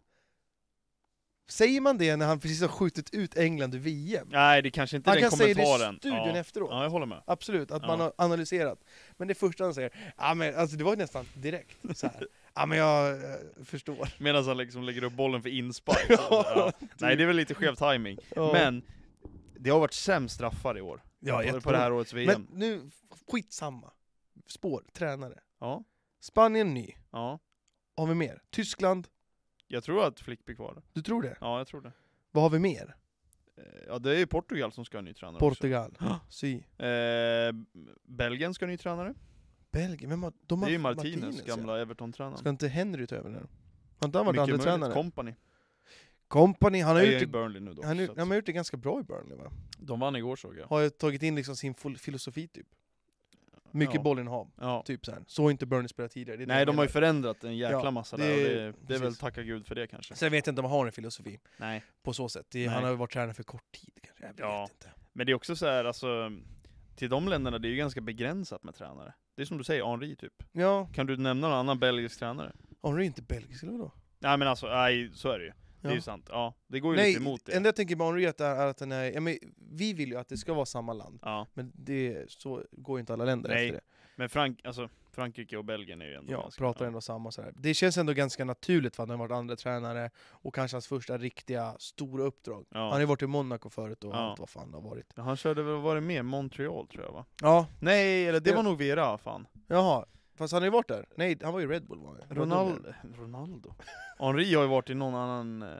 Säger man det när han precis har skjutit ut England ur V M? Nej, det kanske inte är Han den kan säga kommentaren. det i studion ja. efteråt. Ja, jag håller med. Absolut, att Ja. man har analyserat. Men det första han säger, ja men alltså det var nästan direkt så här. Ja men jag eh, förstår. Medan han liksom lägger upp bollen för inspark. Ja, ja. Nej, det är väl lite skev timing. Ja. Men det har varit sämst straffar i år. Ja, på, på det här årets V M. Men nu, skitsamma. Spår, tränare. Ja, Spanien ny. ja. Har vi mer? Tyskland? Jag tror att Flick blir kvar. Du tror det? Ja, jag tror det. Vad har vi mer? Eh, Ja, det är ju Portugal som ska ha en ny tränare Portugal. också. Sy. Eh, Belgien ska ha en ny tränare. Belgien, vem har, de Det har är ju Martinez, Martinez, gamla ja. Everton-tränaren. Ska inte Henry ta över nu? Har inte han varit andra Mycket möjligt. tränare? Company. Company, han har Han är gjort i det, Burnley nu då. han, så har- att- han har gjort det ganska bra i Burnley va? De vann igår såg jag. Har ju tagit in liksom sin full filosofi typ. Mycket Ja. bollinnehav, Ja. typ så här. Så har inte Burnley spelat tidigare. Det är det Nej, jag de har ju menar. förändrat en jäkla Ja, massa det- där. Och det, det är väl precis. tacka gud för det kanske. Sen vet jag inte om han har en filosofi Nej. på så sätt. Det, Nej. han har ju varit tränare för kort tid kanske. Jag vet Ja. inte. Men det är också så här, alltså, till de länderna, det är ju ganska begränsat med tränare. Det är som du säger, Henry typ. Ja, Kan du nämna någon annan belgisk tränare? Henry är inte belgisk eller vadå? Nej men alltså, nej, så är det ju. Det är Ja. ju sant. Ja, det går ju Nej, lite emot det. enda jag tänker med Henry är att, är att den är, ja, men vi vill ju att det ska vara samma land. Ja. Men det, så går ju inte alla länder Nej. efter det. Men Frank, alltså, Frankrike och Belgien är ju ändå Ja, ganska, pratar ja. ändå samma så här. Det känns ändå ganska naturligt för att han har varit andra tränare och kanske hans första riktiga stora uppdrag. Ja. Han har ju varit i Monaco förut och Ja. allt vad fan det har varit. Ja, han körde väl, var det med Montreal tror jag va? Ja, Nej, eller det Det- var nog Vera, fan. jaha. Fast han har ju varit där. Nej, han var ju Red Bull var han. Ronaldo. Ronaldo. Henry har ju varit i någon annan, eh,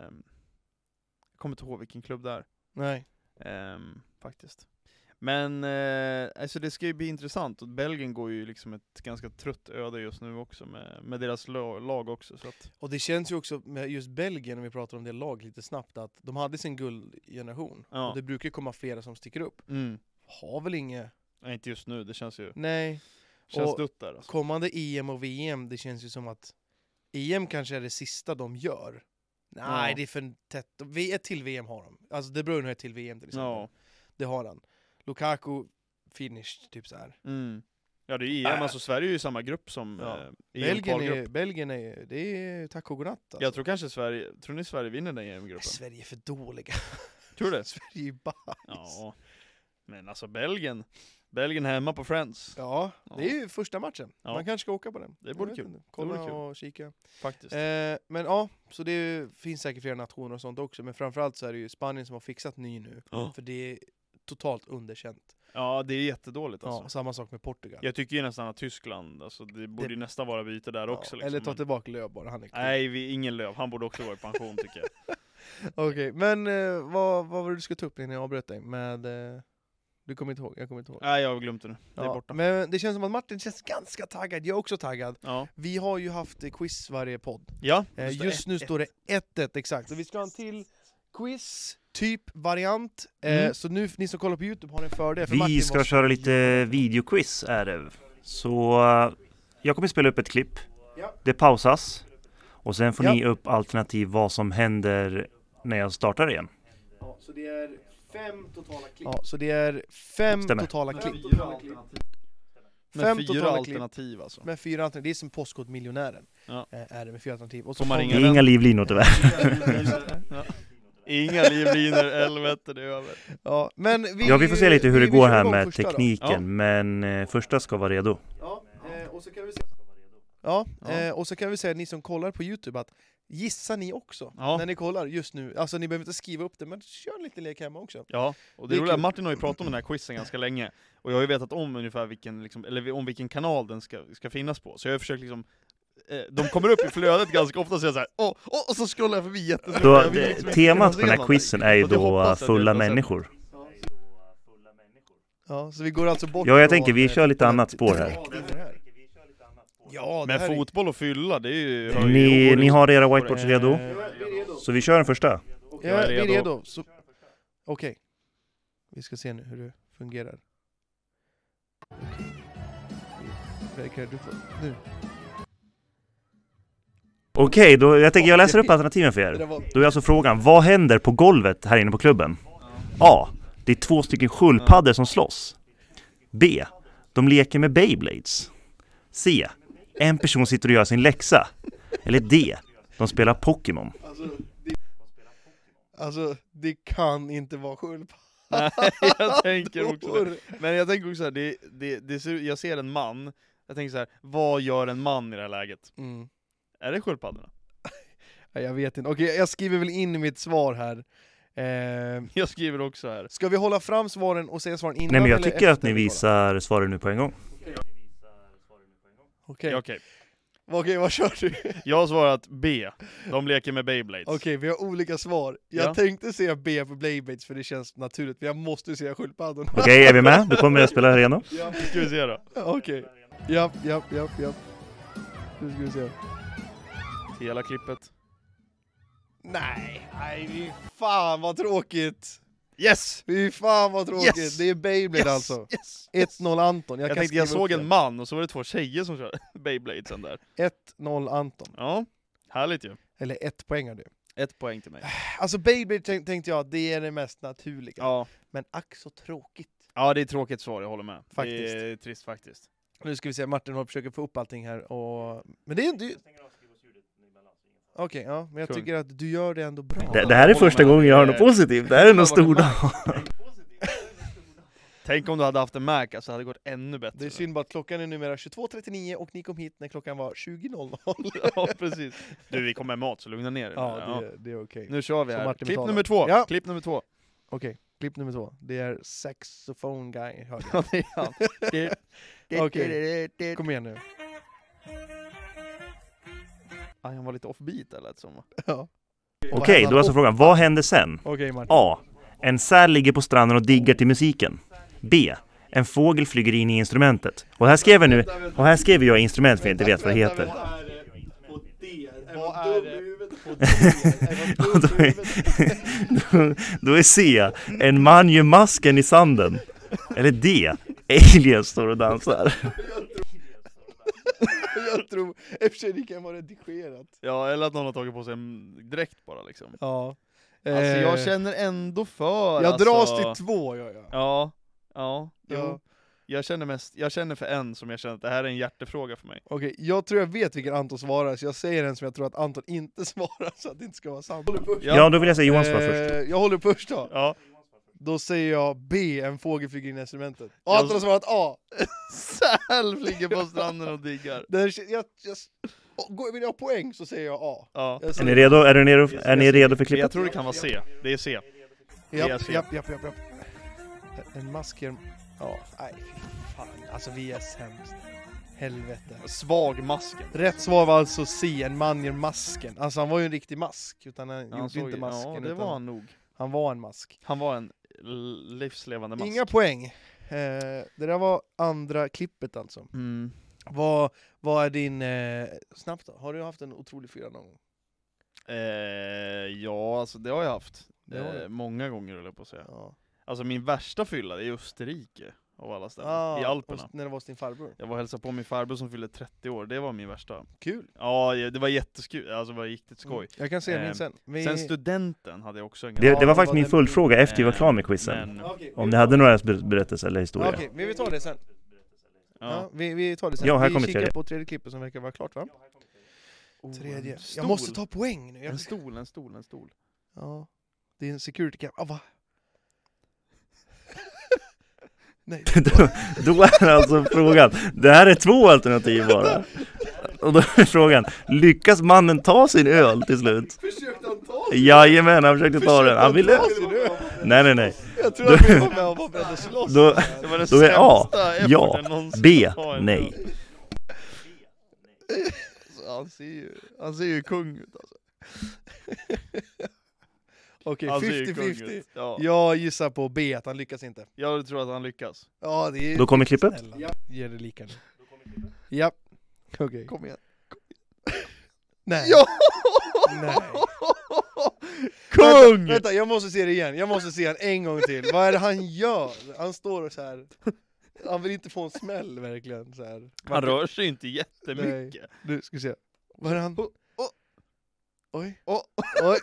jag kommer inte ihåg vilken klubb där. Nej. Ehm, faktiskt. Men eh, alltså det ska ju bli intressant, och Belgien går ju liksom ett ganska trött öde just nu också med, med deras lo- lag också så att, Och det känns ju också med just Belgien, om vi pratar om det lag lite snabbt, att de hade sin guldgeneration. Ja. Och det brukar ju komma flera som sticker upp. mm. Har väl inget... Nej, inte just nu, det känns ju Nej. känns Och dutt där alltså. Kommande E M och V M, det känns ju som att E M kanske är det sista de gör. Nej, Ja. det är för tätt. V- Ett till V M har de. Alltså De Bruyne har ett till V M till exempel. Ja. Det har han. Lukaku, finished, typ så här. Mm. Ja, det är E M, Äh. alltså Sverige är ju i samma grupp som Ja. eh, Belgien E M-kvalgrupp. är, Belgien är, det är tack och godnatt alltså. Jag tror kanske Sverige, tror ni Sverige vinner den E M-gruppen? Sverige är för dåliga. Tror du det? Sverige är ju bajs. Ja. Men alltså Belgien, Belgien hemma på Friends, Ja, Ja. det är ju första matchen. Ja. Man kanske ska åka på den. Det vore Jag vet kul. inte. Det Kolla vore kul. och kika. faktiskt. Eh, men ja, så det finns säkert flera nationer och sånt också. Men framförallt så är det ju Spanien som har fixat ny nu. Ja. För det är totalt underkänt. Ja, det är jättedåligt alltså. Ja, samma sak med Portugal. Jag tycker ju nästan att Tyskland, alltså det borde Det- ju nästan vara byte där Ja, också liksom. Eller ta men- tillbaka Löv bara, han är cool. Nej, vi, ingen Löv, han borde också vara i pension tycker jag. Okej, men eh, vad, vad var det du skulle ta upp innan jag avbröt dig? Med, eh, du kommer inte ihåg, jag kommer inte ihåg. Nej, jag har glömt det nu. Det är Ja, borta. men det känns som att Martin känns ganska taggad, jag är också taggad. Ja. Vi har ju haft eh, quiz varje podd. Ja, Eh, det står just nu ett- står det ett ett exakt, och vi ska ha en till quiz, typ variant. Eh, Mm. Så nu, ni som kollar på YouTube har en fördel. För Martin Vi ska var- köra lite videoquiz är det. Så eh, jag kommer spela upp ett klipp. Ja. Det pausas. Och sen får Ja. ni upp alternativ vad som händer när jag startar igen. Ja, så det är fem totala klipp. Ja, så det är fem Stämmer. totala klipp. Med Fem fyra totala klipp. alternativ alltså. Med fyra alternativ, det är som Postkodmiljonären. Ja. Eh, är det med fyra alternativ. Och Får man har ringa Det vi- är inga livlinor tyvärr. Ja. Inga livlinor, helvete det är över. Ja, men vi, Ja, vi får se lite hur det vi går kör här igång med första då. tekniken. Ja. Men eh, första ska vara redo. Ja, eh, och så kan vi se. Ja, Ja. Eh, och så kan vi säga ni som kollar på YouTube att gissar ni också Ja. när ni kollar just nu. Alltså ni behöver inte skriva upp det, men kör en liten lek hemma också. Ja, och det, Det är roliga, kul. Martin har ju pratat om den här quizen ganska länge. Och jag har ju vetat om ungefär vilken, liksom, eller om vilken kanal den ska, ska finnas på. Så jag har försökt liksom, eh, de kommer upp i flödet ganska ofta och säger såhär, åh, åh, och så scrollar jag förbi jättesnabbt. Så, Jag vill det, liksom inte temat se på den här någonting. quizen är ju Så jag då hoppas att jag fulla inte har sett- människor. Ja, så vi går alltså bort Ja, jag från, tänker vi eh, kör lite annat till- spår här. till det här. Ja, det Men här är- fotboll och fylla, det är ju... hör ju Ni, ihop. ni har era whiteboards redo. Eh, vi är redo. Så vi kör den första. Ja, Jag är vi är redo. redo. Så... Okej. Vi ska se nu hur det fungerar. Verkar du på nu? Okej, då jag tänker jag läser upp alternativen för er. Då är alltså frågan, vad händer på golvet här inne på klubben? A. Det är två stycken sköldpaddor som slåss. B. De leker med Beyblades. C. En person sitter och gör sin läxa. Eller D. De spelar Pokémon. Alltså det, alltså, det kan inte vara sköldpaddor. Nej, jag tänker också det. Men jag tänker också så här, det, det, det ser, jag ser en man. Jag tänker så här, vad gör en man i det här läget? Mm. Är det sköldpaddorna? Ja, jag vet inte. Okej, jag skriver väl in i mitt svar här. Eh, Jag skriver också här. ska vi hålla fram svaren och säga svaren innan? Nej, men jag eller tycker att efter ni vi visar svaren nu på en gång. kollar? Okej, Ja, okej. okej, vad kör du? Jag har svarat B. De leker med Beyblades. Okej, vi har olika svar. Jag Ja. tänkte säga B på Beyblades för det känns naturligt, men jag måste säga sköldpaddorna. Okej, är vi med? Då kommer jag spela redo. Ja, Ska vi se då? okej. Japp, japp, japp, japp. Nu ska vi se. Hela klippet. Nej, nej, fy fan vad tråkigt. Yes! Fy fan vad tråkigt. Yes! Det är Beyblade Yes! alltså. Yes! ett noll Anton. Jag, kan tänkte jag skriva såg upp en man och så var det två tjejer som körde Beybladesen där. det. ett noll Anton. Ja, härligt ju. Eller ett poäng av det. Ett poäng till mig. Alltså Beyblade tänk, tänkte jag, det är det mest naturliga. Ja. Men ack så tråkigt. Ja, det är ett tråkigt svar, jag håller med. Faktiskt. Det är trist faktiskt. Nu ska vi se, Martin har försöker få upp allting här och... Men det är inte... Okej, ja, men jag Kung. tycker att du gör det ändå bra. Det, det här är första gången jag har något positivt. Det här är något stort. Tänk om du hade haft en Mac, alltså hade det gått ännu bättre. Det är synd bara att klockan är numera tjugotvå trettionio och ni kom hit när klockan var tjugo noll noll. Ja, precis. Du, vi kommer med mat, så lugna ner dig. Ja, det, det är okej. Nu kör vi Så här. Martin Klipp betalar. nummer två. Ja. Klipp nummer två. Okej, klipp nummer två. Det är saxophone guy. hörde Ja, det är han. jag. Okej, kom igen nu. Ah, han var lite offbeat eller som. Ja. Okej, då är alltså frågan, vad händer sen? Okej, Martin. A. En säl ligger på stranden och diggar till musiken. B. En fågel flyger in i instrumentet. Och här skrev jag nu, och här skrev jag instrument för jag inte vet vad det heter. Vad är det? Och då, är, då, då är C. En man gör masken i sanden. Eller D. Aliens står och dansar. Jag tror, eftersom det kan vara redigerat. Ja, eller att någon har tagit på sig en dräkt bara liksom. Ja. Alltså jag Eh, känner ändå för jag alltså... dras till två, gör jag. Ja, ja, jo. Ja. Jag känner mest, jag känner för en som jag känner att det här är en hjärtefråga för mig. Okej, jag tror jag vet vilken Anton svarar, så jag säger en som jag tror att Anton inte svarar, så att det inte ska vara sant. Ja, då vill jag säga Johans svar först. Eh, jag håller först då. Ja. Då säger jag B, en fågel flyger in i instrumentet. Och Jag- Anton har svarat A. Säl flyger på stranden och diggar. Den, jag, jag, och går- vill jag ha poäng så säger jag A. Ja. Jag Är säger, ni redo? Är ni redo, är ni redo för Jag klippet? tror det kan vara C. Det är C. Japp, jag ser. japp, japp, japp, japp. En mask ger... Ja, nej fy fan. Alltså vi är sämst. Helvete. Svag masken. Rätt svar var alltså C, en man gör masken. Alltså han var ju en riktig mask, utan han Ja, gjorde han såg- inte masken. Ja, det utan var han nog. han var en mask. Han var en l- livslevande mask. Inga poäng. Eh, det där var andra klippet alltså. Mm. Vad, vad är din... Eh, snabbt då, har du haft en otrolig fyra någon gång? Eh, ja, alltså det har jag haft. Det har du. Eh, många gånger höll jag på att säga. Ja. Alltså min värsta fylla det är Österrike av alla ställen. Ah, I Alperna. och när det var hos din farbror. Jag var och hälsade på min farbror som fyllde trettio år. Det var min värsta. Kul. Ja, det var jätteskoj. Alltså det var riktigt skoj. Mm. Jag kan se min Eh, sen. Vi... Sen studenten hade jag också en Det, det var Ja, faktiskt vad min den- följdfråga efter vi var Eh, klara med quizen. men- Okej, Om vi- ni hade några ber- berättelser eller historia. Okej, men vi tar det sen. Ja. Ja. vi, vi tar det sen. Ja, här vi kommer kikar tredje. på tredje klippet som verkar vara klart, va? Oh, Tredje. en Jag måste stol. ta poäng nu. Jag... En stol, en stol, en stol. Ja. Det är en security cam. Ah, va? Nej. då, då är alltså frågan, det här är två alternativ bara. Och då är frågan, lyckas mannen ta sin öl till slut? Försökte han ta sig? Jajamän, han försökte ta den. Han ville... ta sin öl? Nej, nej, nej. Jag tror att vi var med och var beredda att slåss. Då, Det var det Då är A, sämsta ja. efforten någonsin B, att ta en nej. öl. Så han ser ju, han ser ju kung ut alltså. Okej, Han ser ju femtio kung femtio. ut. Ja. Jag gissar på B, att han lyckas inte. Jag tror att han lyckas. Ja, det är... Då kommer klippet. Snälla, ge det lika nu. Ja. Okej. Kom igen. Nej. Ja! Nej. Kung! Vänta, vänta, jag måste se det igen. Jag måste se han en gång till. Vad är det han gör? Han står och så här. han vill inte få en smäll verkligen så här. Han rör sig inte jättemycket. Nej. Nu ska vi se. Vad är han? Oh, oh. Oj. Oh. Oj.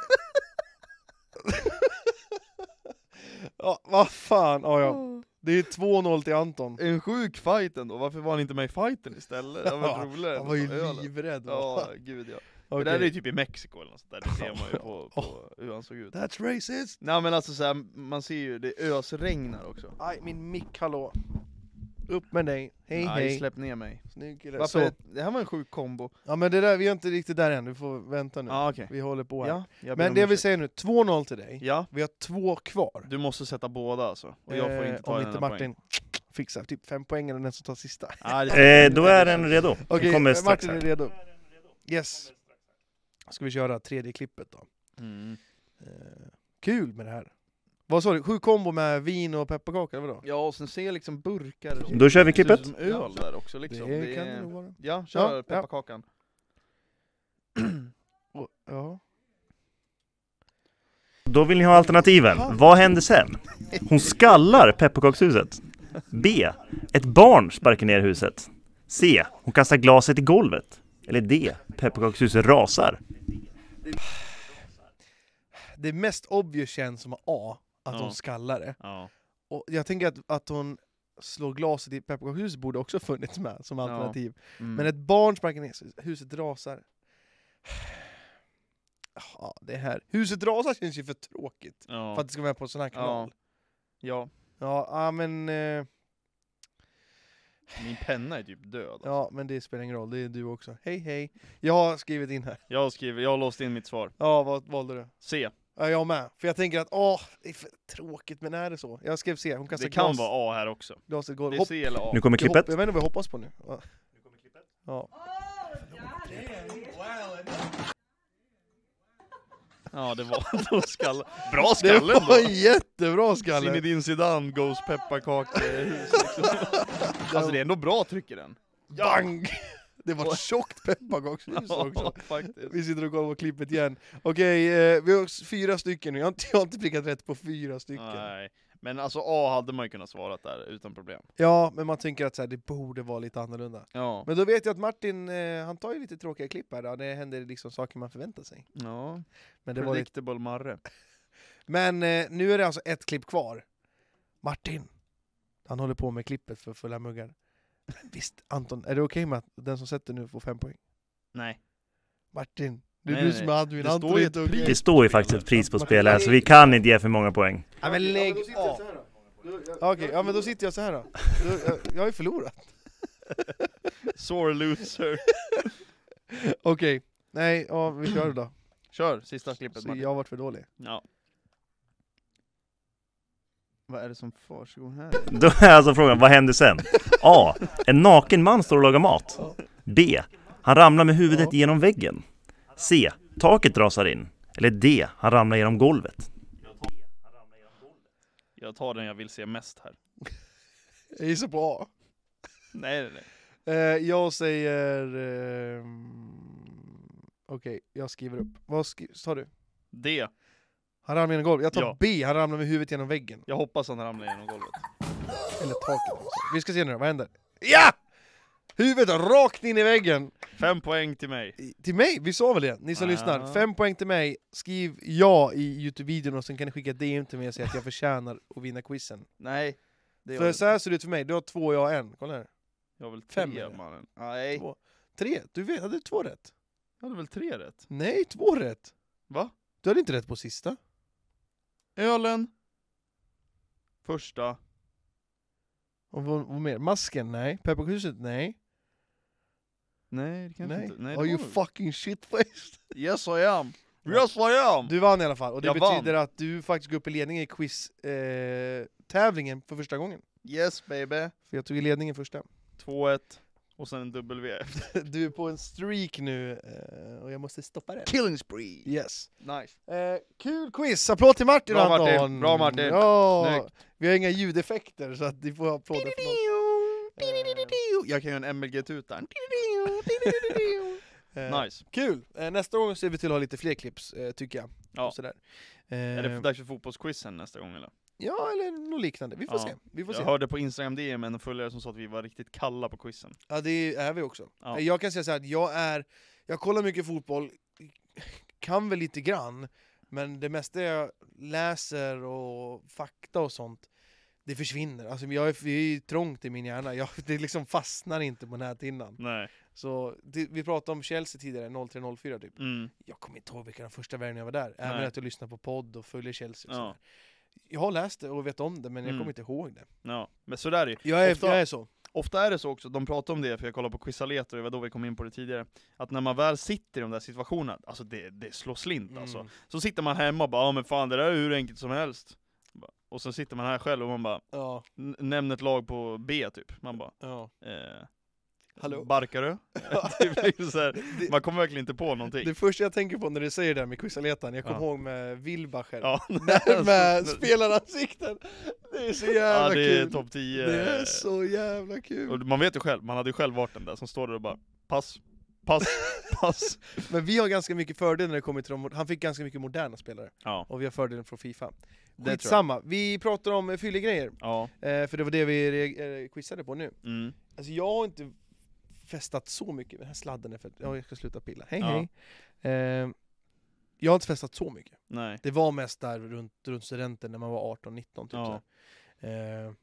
Ja, vad fan. Oh, ja. Det är två noll till Anton. En sjuk fight ändå. Varför var han inte med i fighten istället? Det var Ja, roligare. han var ju Ölen. livrädd. Ja, gud ja. Okay. Det där är ju typ i Mexiko eller något sånt där. Det ser man ju på, på hur han såg ut. That's racist. Nej men alltså så här, man ser ju, det ösregnar också. Aj, min mick, hallå. Upp med dig. Hej, Nej, hej. släpp ner mig. Snygg kille. Varför? Så. Det här var en sjuk kombo. Ja men det där, vi är inte riktigt där än. Du får vänta nu. Ah, okay. Vi håller på här. Ja, jag men det jag vill säga nu, två noll till dig. Ja. Vi har två kvar. Du måste sätta båda alltså. Och jag får inte ta eh, en Om inte Martin fixar typ fem poäng eller den som tar sista. Ah, det Eh, då är den redo. Okej, kommer okay, strax Martin är här. redo. Yes. Ska vi köra tredje klippet då. Mm. Eh, kul med det här. Vad sa du? Sju kombo med vin och pepparkaka, eller vadå? Ja, och sen ser jag liksom burkar. Då kör vi klippet. Det ser ut som öl där också liksom. Det, Det kan är... det nog vara. Ja, kör Ja, pepparkakan. Och, ja. Då vill ni ha alternativen. Vad händer sen? Hon skallar pepparkakshuset. B. Ett barn sparkar ner huset. C. Hon kastar glaset i golvet. Eller D. Pepparkakshuset rasar. Det mest obvious känns som A, att Ja. hon skallar det. Ja. Och jag tänker att, att hon slår glaset i pepparkakshuset borde också funnits med som alternativ. Mm. Men ett barn sparkar ner sig, huset rasar. Ja, det här. Huset rasar känns ju för tråkigt. Ja. För att det ska vara på en sån här kanal. Ja. Ja, ja men... Eh, Min penna är typ död. Alltså. ja, men det spelar ingen roll. Det är du också. Hej, hej. Jag har skrivit in här. Jag har skrivit, jag har låst in mitt svar. Ja, vad valde du? C. Ja, jag med. För jag tänker att, åh, det är för tråkigt, men är det så? Jag skrev C. Hon kastar Det kan glas, vara A här också. glaset går. Det är Hopp, C eller A. Nu kommer jag, hopp, klippet. jag vet inte vad jag hoppas på nu. Ja. Ja. Ja, det var då skall. Bra Det skallen var då. en jättebra skalle. Zinedine Zidane goes pepparkakehus liksom. Alltså det är ändå bra tryck i den. Bang! Det var tjockt pepparkakshus också. Ja, faktiskt. Vi sitter och kollar på klippet igen. Okej, eh, vi har fyra stycken nu. Jag har inte, jag har inte prickat rätt på fyra stycken. Nej. Men alltså A hade man ju kunnat svara där utan problem. Ja, men man tänker att så här, det borde vara lite annorlunda. Ja. Men då vet jag att Martin, eh, han tar ju lite tråkiga klipp här då. Det händer liksom saker man förväntar sig. Ja. Men, det var lite... Predictable Marre. men eh, nu är det alltså ett klipp kvar. Martin, han håller på med klippet för fulla muggar. Men visst, Anton, är det okej med att den som sätter nu får fem poäng? Nej. Martin, det är Nej, du nej, som nej. är admin. Det Anton står ju är ett inte okej. Det står ju faktiskt ett pris på spel här, så vi kan inte ge för många poäng. Ja, men lägg av. Okej, ja men då sitter jag så här då. då jag, jag har ju förlorat. Sore loser. Okej, nej, ja, vi kör då. Kör sista klippet Så Martin. jag har varit för dålig. Ja. Vad är det som försiggår här? Då är alltså frågan, vad händer sen? A. En naken man står och lagar mat. B. Han ramlar med huvudet Ja. genom väggen. C. Taket rasar in. Eller D. Han ramlar genom golvet. Jag tar den jag vill se mest här. Jag gissar på A. Nej, nej, nej. Eh, jag säger... Eh, Okej, jag skriver upp. Vad skri- sa du? D. Han ramlar genom golvet. Jag tar Ja. B, han ramlar med huvudet genom väggen. Jag hoppas han ramlar genom golvet. Eller taket. Också. Vi ska se nu då, vad händer? Ja! Huvudet rakt in i väggen. Fem poäng till mig. I- Till mig, vi sa väl det? Ni som Ah. lyssnar. Fem poäng till mig. Skriv ja i Youtube-videon och sen kan ni skicka D M till mig och säga att jag förtjänar att vinna quizen. Nej. Det För var... så här ser det ut för mig. Du har två, jag har en. Kolla här. Jag har väl Fem tre, är det. mannen. Nej. Två. Tre. Du vet, hade du två rätt? Jag hade väl tre rätt. Nej, två rätt. Va? Du hade inte rätt på sista. Ölen. Första. Och vad, vad mer? Masken? Nej. Pepparkakshuset? Nej. Nej, det kanske Nej. inte. Nej, Are det you var väl- fucking shit-faced? Yes I am. Yes I am. Du vann i alla fall. Och det Jag betyder vann. att du faktiskt går upp i ledningen i quiz-tävlingen för första gången. Yes baby. För jag tog i ledningen första. två ett. Och sen en W efter. Du är på en streak nu eh, och jag måste stoppa det. Killing spree. Yes. Nice. Eh, kul quiz! Applåd till Martin Bra, Anton! Martin. Bra, Martin. Ja, Snyggt. vi har inga ljudeffekter så att ni får applåder från oss. Jag kan göra en M L G-tuta. Eh, Nice. Kul! Eh, nästa gång ser vi till att ha lite fler clips, eh, tycker jag. Ja. Och sådär. Är det Eh, dags för fotbollsquizen nästa gång eller? Ja, eller något liknande. Vi får Ja. se. Vi får Jag se. hörde på Instagram D M en följare som sa att vi var riktigt kalla på quizen. Ja, det är vi också. Ja. Jag kan säga så här att jag är... Jag kollar mycket fotboll, kan väl lite grann, men det mesta jag läser och fakta och sånt, det försvinner. Alltså jag är, det är trångt i min hjärna. Jag, det liksom fastnar inte på näthinnan. Nej. Så det, vi pratade om Chelsea tidigare, noll tre noll fyra typ. Mm. Jag kommer inte ihåg vilka de första värvningarna var där. Även Nej. att jag lyssnar på podd och följer Chelsea och Ja. sådär. Jag har läst det och vet om det, men jag Mm. kommer inte ihåg det. Ja, men så där är det. Jag är, Ofta- jag är så. Ofta är det så också, de pratar om det, för jag kollar på Quizaleto, det var då vi kom in på det tidigare, att när man väl sitter i de där situationerna, alltså det, det slår slint alltså. Mm. Så sitter man hemma och bara, ja men fan det där är hur enkelt som helst. Och så sitter man här själv och man bara, Ja, n- nämn ett lag på B typ. Man bara, ja. eh, Hallå? Barkarö? Typ liksom så här, Det- man kommer verkligen inte på någonting. Det första jag tänker på när du säger det där med Quizaletan, jag kommer Ja. ihåg med Wilbacher. Ja, Där med spelaransikten. Det är så jävla ja, det är kul. topp tio. Det är så jävla kul. Och man vet ju själv, man hade ju själv varit den där som står där och bara, pass, pass, pass. Men vi har ganska mycket fördel när det kommer till de, han fick ganska mycket moderna spelare. Ja, Och vi har fördelen från FIFA. det tror jag. Skitsamma, vi pratar om fyllegrejer. Ja, Eh, för det var det vi re- eh, quizade på nu. mm. Alltså jag har inte festat så mycket, den här sladden är för ja, jag ska sluta pilla. Hej Ja. hej. Eh, jag har inte festat så mycket. Nej. Det var mest där runt, runt studenten när man var arton nitton typ Ja. så här. Eh,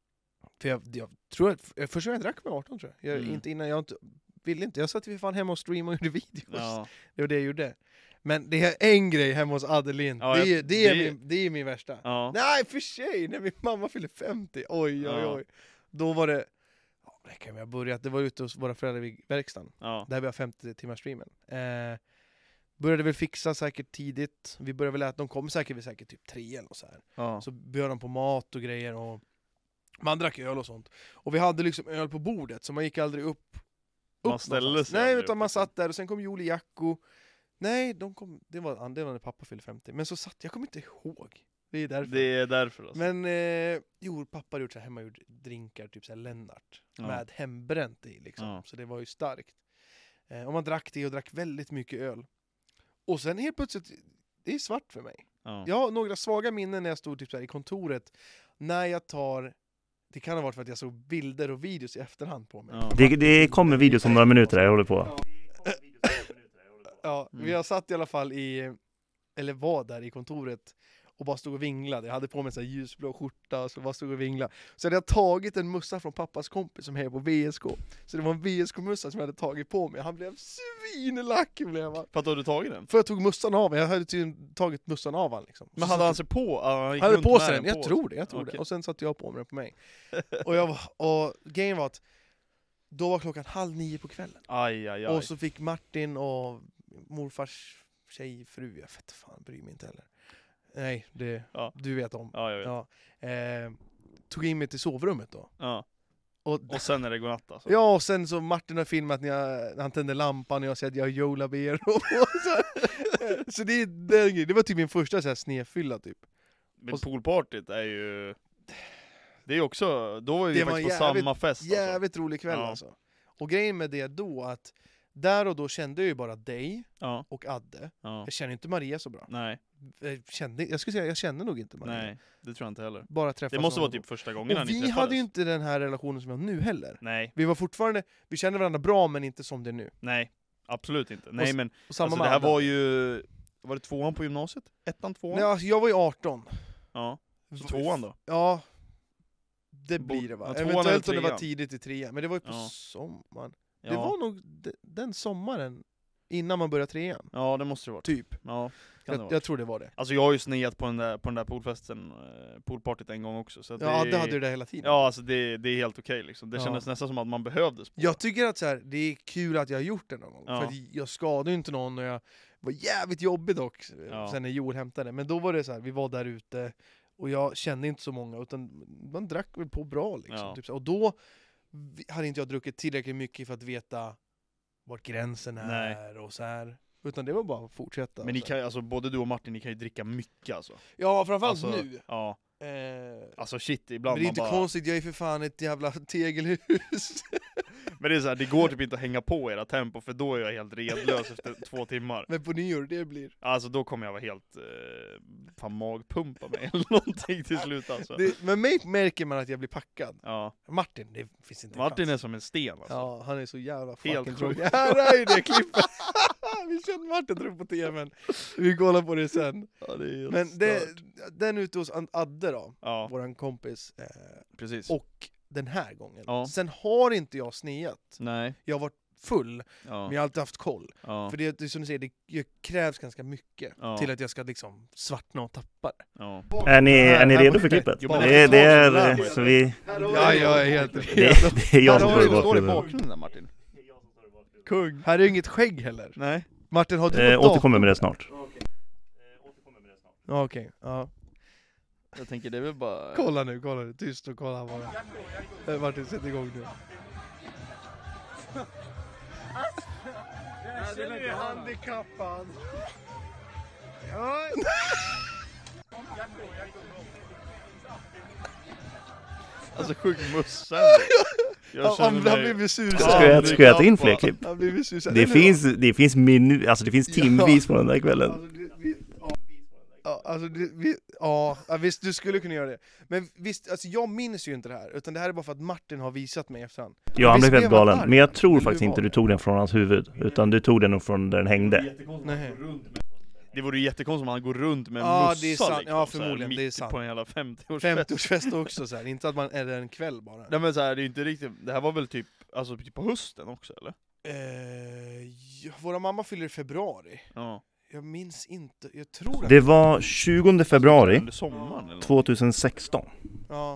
för jag, jag tror att, första gången jag drack med arton tror jag. jag Mm. Inte innan, jag inte, ville inte. Jag satt ju fan hemma och streamade och gjorde videos. Ja. Det var det jag gjorde. Men det är en grej hemma hos Adeline, Ja, det, är, jag- det, är det- min, det är min värsta. Ja. Nej för sig, när min mamma fyllde femtio, oj oj Ja. oj. Då var det, ja, det kan vi ha börjat, det var ute hos våra föräldrar vid verkstaden. Ja. Där vi har femtio timmars streamen. Eh, började väl fixa säkert tidigt, vi började väl äta, de kom säkert vid säkert typ tre eller så här. Ja. Så bjöd de på mat och grejer och man drack öl och sånt. Och vi hade liksom öl på bordet, så man gick aldrig upp. Man upp ställde någonstans. sig Nej, aldrig utan upp, man liksom. satt där och sen kom Joel Jacko. Nej, de kom, det var, det var när pappa fyllde femtio. Men så satt, jag kommer inte ihåg. Det är därför. Det är därför alltså. Men eh, jo, pappa hade gjort så här hemmagjord drinkar, typ så här Lennart. Ja. Med hembränt i liksom. Ja. Så det var ju starkt. Eh, och man drack det och drack väldigt mycket öl. Och sen helt plötsligt, det är svart för mig. Ja. Jag har några svaga minnen när jag stod typ så här i kontoret. När jag tar, det kan ha varit för att jag såg bilder och videos i efterhand på mig. Ja. Det, det kommer videos om några minuter där jag håller på. Ja, Mm. vi har satt i alla fall i, eller var där i kontoret och bara stod och vinglade. Jag hade på mig en sån här ljusblå skjorta och så bara stod och vinglade. Så hade jag tagit en mössa från pappas kompis som är på V S K. Så det var en V S K-mössa som jag hade tagit på mig. Han blev svinlack blev han. För att du hade tagit den? För jag tog mössan av mig. Jag hade tydligen tagit mössan av han liksom. Men Så hade satt han sig på? Ja, han gick Han hade runt på med sig den, den jag på tror det, jag tror Okej. det. Och sen satte jag på mig den på mig. och, jag var, och grejen var att då var klockan halv nio på kvällen. Aj, aj, aj. Och så fick Martin och morfars tjej, fru, jag vet fan, bryr mig inte heller. Nej, det, Ja. du vet om. Ja, jag vet. Ja. Eh, tog in mig till sovrummet då. Ja. Och, Och sen är det godnatt alltså. ja, och sen så Martin har filmat när, jag, när han tände lampan och jag säger att jag jola ber. Och så så det, är den grejen. Det var typ min första så här snedfylla typ. Men och- poolpartyt är ju... Det är också... Då var vi Det var faktiskt på jävligt- samma fest alltså. Jävligt rolig kväll Ja. alltså. Och grejen med det då att där och då kände jag ju bara dig Ja. och Adde. Ja. Jag känner inte Maria så bra. Nej, Jag, kände, jag skulle säga jag kände nog inte Maria. nej. Det tror jag inte heller. Bara träffas Det måste någon vara gång. typ första gången Och ni vi träffades. hade ju inte den här relationen som vi har nu heller. Nej, Vi var fortfarande, vi kände varandra bra men inte som det är nu. nej. Absolut inte. Nej s- men, Och samma alltså med det här Adde. var ju... Var det tvåan på gymnasiet? Ettan, tvåan? Nej, alltså, jag var ju arton. Ja. Så tvåan då? Ja, det Bo- blir det va? ja, tvåan Eventuellt om eller det var trean. tidigt i trean, men det var ju på Ja. sommaren. Ja. Det var nog de- den sommaren innan man började trean. Ja, det måste det vara. Typ. Ja, kan det Jag, vara. jag tror det var det. Alltså jag har ju sneat på den där, på den där poolfesten, eh, poolpartyt en gång också. Så att Ja, det, det hade du det hela tiden. Ja, alltså det, det är helt okej liksom. Det Ja. kändes nästan som att man behövde spåra. Jag tycker att så här, det är kul att jag har gjort det någon gång. Ja. För att jag skadade ju inte någon och jag var jävligt jobbig dock Ja. sen när Joel hämtade. Men då var det så här, vi var där ute och jag kände inte så många utan man drack väl på bra liksom. Ja. Typ så. Och då vi- hade inte jag druckit tillräckligt mycket för att veta vart gränsen är och så här. Utan det var bara att fortsätta. Men ni och så kan, här. alltså, både du och Martin, ni kan ju dricka mycket alltså. Ja, framförallt Alltså, nu. Ja. Eh, Alltså shit, ibland men det är man inte bara... konstigt, jag är för fan ett jävla tegelhus. Men det är så här, det går typ inte att hänga på era tempo, för då är jag helt redlös efter två timmar. Men på nyår, det blir... Alltså då kommer jag vara helt... Eh, fan magpumpa mig eller någonting till slut alltså. Det, men mig märker man att jag blir packad. Ja. Martin, det finns inte en Martin är chans. som en sten alltså. Ja, han är så jävla Helt fucking sjukt. tråkig. Här är ju det klippet! Vi känner Martin tror på tvn. Vi kollar på det sen. Ja, det är helt Men det, stört. den ute hos Adde då, Ja, våran kompis, eh, precis. och den här gången. Ja. Sen har inte jag sneat. Nej. Jag har varit full, Ja. men jag har alltid haft koll. Ja. För det, det är som du säger, det, det krävs ganska mycket Ja. till att jag ska liksom svartna och tappa det. Ja. Är ni, är ni redo för klippet? Jo, men det, det är- det är, är- så vi, Ja, jag är helt det, redo. det är jag Här som har står du, i står i bakgrunden. bakgrunden där Martin. Kung. Här är inget skägg heller. Nej. Martin, har du Eh, fått återkommer med det snart. Ja, okej, ja. Jag tänker det är väl bara... Kolla nu, kolla nu, tyst och kolla bara. Eh, Martin, sätt igång nu. Jag är handikappad. Ja. Alltså sjukt mössa. Jag Han, känner han, han mig... blev sur. Ska jag, ska jag ta in fler klipp? Han blev sur. Det finns, det finns minu, alltså det finns timvis på den där kvällen. Alltså, det, vi, ja, ja, alltså det, vi, ja, ja, visst du skulle kunna göra det. Men visst, alltså jag minns ju inte det här, utan det här är bara för att Martin har visat mig efterhand. Ja, han Visst blev helt blev han galen. arg? Men jag tror Men faktiskt hur inte var du det? tog den från hans huvud, utan du tog den nog från där den hängde. Nej. Det vore ju jättekonstigt om han går runt med en Ja, mössa det är sant. liksom, Ja, så här, förmodligen, mitt det är sant. på en jävla femtioårsfest. femtioårsfest också så här. Inte att man är där en kväll bara. Nej men så här, det är ju inte riktigt, det här var väl typ, alltså typ på hösten också eller? Eh, ja, våra mamma fyller i februari. Ja. Jag minns inte, jag tror att... Det var tjugonde februari Under sommaren eller något. tjugohundrasexton. Ja.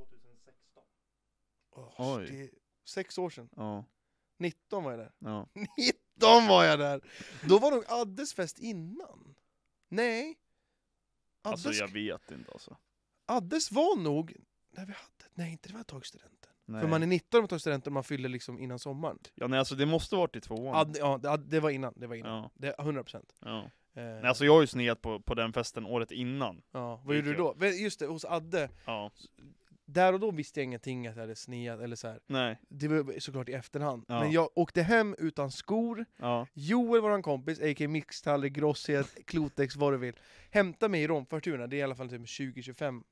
Oh, Oj. det är sex år sedan. Ja, nitton var jag där. ja. nitton var jag där! Då var nog Addes fest innan. Nej. Addes, Alltså jag vet inte alltså. Addes var nog... Nej, vi hade, nej, inte det var tagstudenten. Nej. För man är nitton och tar studenten och man fyller liksom innan sommaren. Ja nej alltså det måste varit i tvåan. Ad, ja, det, det var innan. Det var innan. Ja. Det, hundra procent. Ja. Eh, Nej alltså jag har ju sneat på, på den festen året innan. ja, vad gjorde du då? Men just det, hos Adde. Ja. Där och då visste jag ingenting att jag hade sneat eller så här. Nej. Det var såklart i efterhand. Ja. Men jag åkte hem utan skor. Ja. Joel, våran kompis, a k a. Mixtaller, Grosshet, Klotex, vad du vill. Hämta mig i Romfortuna, det är i alla fall typ tjugo till tjugofem.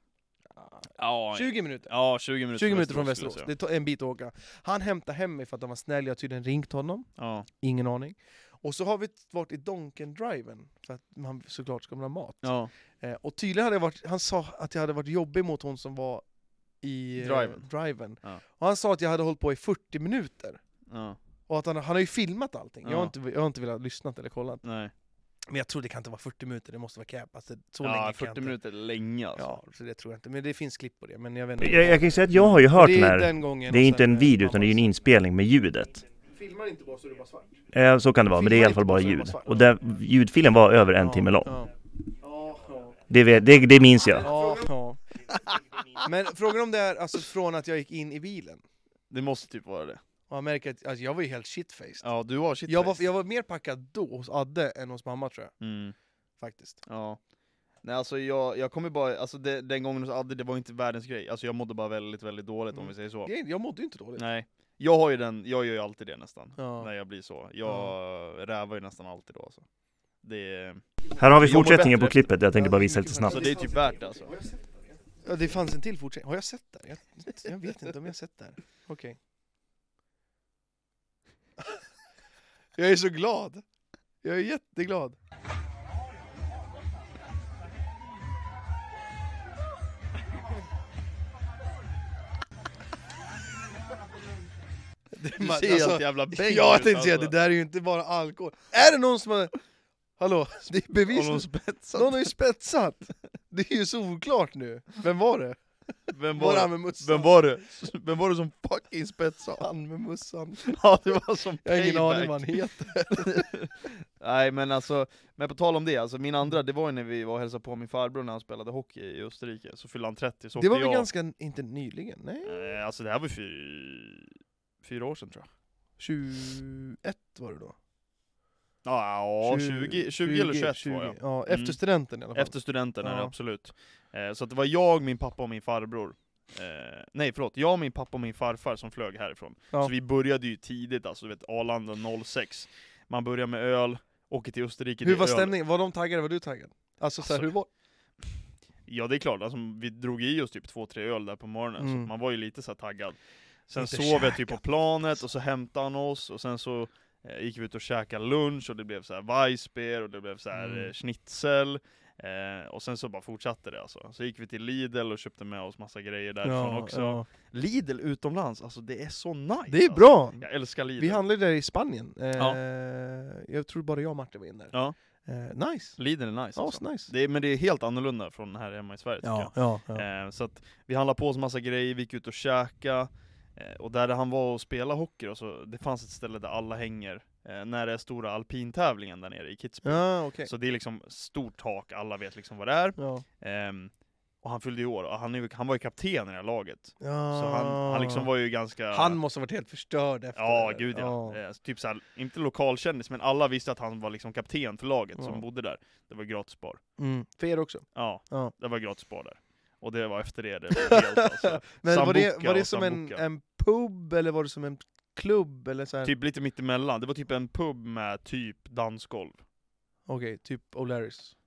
Ja. tjugo minuter. Ja, tjugo minuter. tjugo minuter från skulle jag Västerås. säga. Det tar en bit att åka. Han hämtade hem mig för att han var snäll, jag tydligen ringt honom. Ja. Ingen aning. Och så har vi varit i Donken-driven, för att man såklart ska ha mat. Ja. Eh, och tydligen hade jag varit, han sa att jag hade varit jobbig mot hon som var i eh, Driven. driven. Ja. Och han sa att jag hade hållit på i fyrtio minuter. Ja. Och att han, han har ju filmat allting. Jag, har Ja. inte, jag har inte velat lyssna eller kolla. Nej. Men jag tror det kan inte vara fyrtio minuter, det måste vara cap. Alltså, så Ja, länge kan jag fyrtio inte. minuter är länge alltså. Ja, så det tror jag inte. Men det finns klipp på det. Men jag vet inte. Jag, jag kan ju säga att jag har ju hört det den är här. den gången Det är och inte sen, en video eh, utan det är ju en inspelning med ljudet. Filmar inte bara så det bara svart. Eh, så kan det vara, men det är i alla fall bara ljud. Och där, ljudfilen var över en timme lång. Ja. Ja, ja. Det, vet- det, det minns jag. Ja, ja. Men frågan om det är alltså från att jag gick in i bilen. Det måste typ vara det. Och jag märker att alltså, jag var ju helt shitfaced. Ja, du har shit jag, var, jag var mer packad då hos Adde än hos mamma tror jag. Mm. Faktiskt. Ja. Nej alltså jag, jag kommer bara, alltså det, den gången hos Adde, det var inte världens grej. Alltså jag mådde bara väldigt, väldigt dåligt Mm. om vi säger så. Jag, jag mådde ju inte dåligt. Nej. Jag har ju den, jag gör ju alltid det nästan. Ja. När jag blir så. Jag rävar ju nästan alltid då alltså. Det är, Här har vi Jag mår fortsättningen på bättre. klippet, jag tänkte bara visa lite snabbt. så det är typ värt det alltså. Ja, det fanns en till fortsättning. Har jag sett det? Jag, jag vet inte om jag har sett det. Okej. Jag är så glad. Jag är jätteglad. Det Du ser helt jävla bäng Ja, jag ut, tänkte säga, alltså. det där är ju inte bara alkohol. Är det någon som har... Hallå, det är bevis. Har någon spetsat? Någon har ju spetsat. Det är ju så oklart nu. Vem var det? Vem Var var, det han det? med mussan? Vem var det? Vem var det som fucking spetsade? Han med mussan. Ja, det var som Jag har ingen payback. aning vad han heter. Nej men alltså, men på tal om det, alltså min andra, det var ju när vi var och hälsade på min farbror när han spelade hockey i Österrike. Så fyllde han trettio, så Det var åkte väl jag. ganska, inte nyligen? Nej? Eh, Alltså det här var fyra, fyra år sedan tror jag. tjugoett var det då. Ja, tjugo, tjugo eller tjugoett tjugo. var jag. Ja, efter Mm. studenten i alla fall. Efter studenten, Ja. är det absolut. Eh, så att det var jag, min pappa och min farbror. Eh, nej förlåt, jag, min pappa och min farfar som flög härifrån. Ja. Så vi började ju tidigt, alltså du vet Arlanda noll sex. Man börjar med öl, åker till Österrike. Hur var öl. stämningen? Var de taggade? Var du taggad? Alltså, så här, Alltså, hur var... Ja det är klart, alltså, vi drog i oss typ två, tre öl där på morgonen, Mm. så man var ju lite så här taggad. Sen Inte sov jag käka. typ på planet, och så hämtade han oss, och sen så eh, gick vi ut och käkade lunch, och det blev så här weissbier, och det blev så här Mm. eh, schnitzel. Eh, och sen så bara fortsatte det alltså. Så gick vi till Lidl och köpte med oss massa grejer därifrån också. Ja. Lidl utomlands, alltså det är så nice. Det är alltså. bra! Jag älskar Lidl. Vi handlade där i Spanien. Eh, Ja. Jag tror bara jag och Martin var in där. Ja, Eh, nice! Lidl är nice Ja, alltså. nice. Det är, men det är helt annorlunda från här hemma i Sverige tycker jag. Ja, ja, ja. Eh, så att vi handlade på oss massa grejer, vi gick ut och käka. Eh, och där han var och spelade hockey då, så det fanns ett ställe där alla hänger. Eh, när det är stora alpintävlingen där nere i Kitzbühel. Ja, okej. Så det är liksom stort tak, alla vet liksom vad det är. Ja. Ehm, och han fyllde i år, och han, är, ju- han var ju kapten i det här laget. Ja. Så han, han liksom var ju ganska... Han måste ha varit helt förstörd efter Ja, det. gud ja. Ja. Eh, typ såhär, inte lokalkändis, men alla visste att han var liksom kapten för laget Ja. som bodde där. Det var gratis bar. Mm. För er också. Ja, Ja. det var gratis bar där. Och det var efter det, det var helt alltså. Men var det, Sambuca var det och som en, Sambuca. en pub, eller var det som en klubb? Eller så här? Typ lite mitt emellan. Det var typ en pub med typ dansgolv. Okej, typ O'Larrys.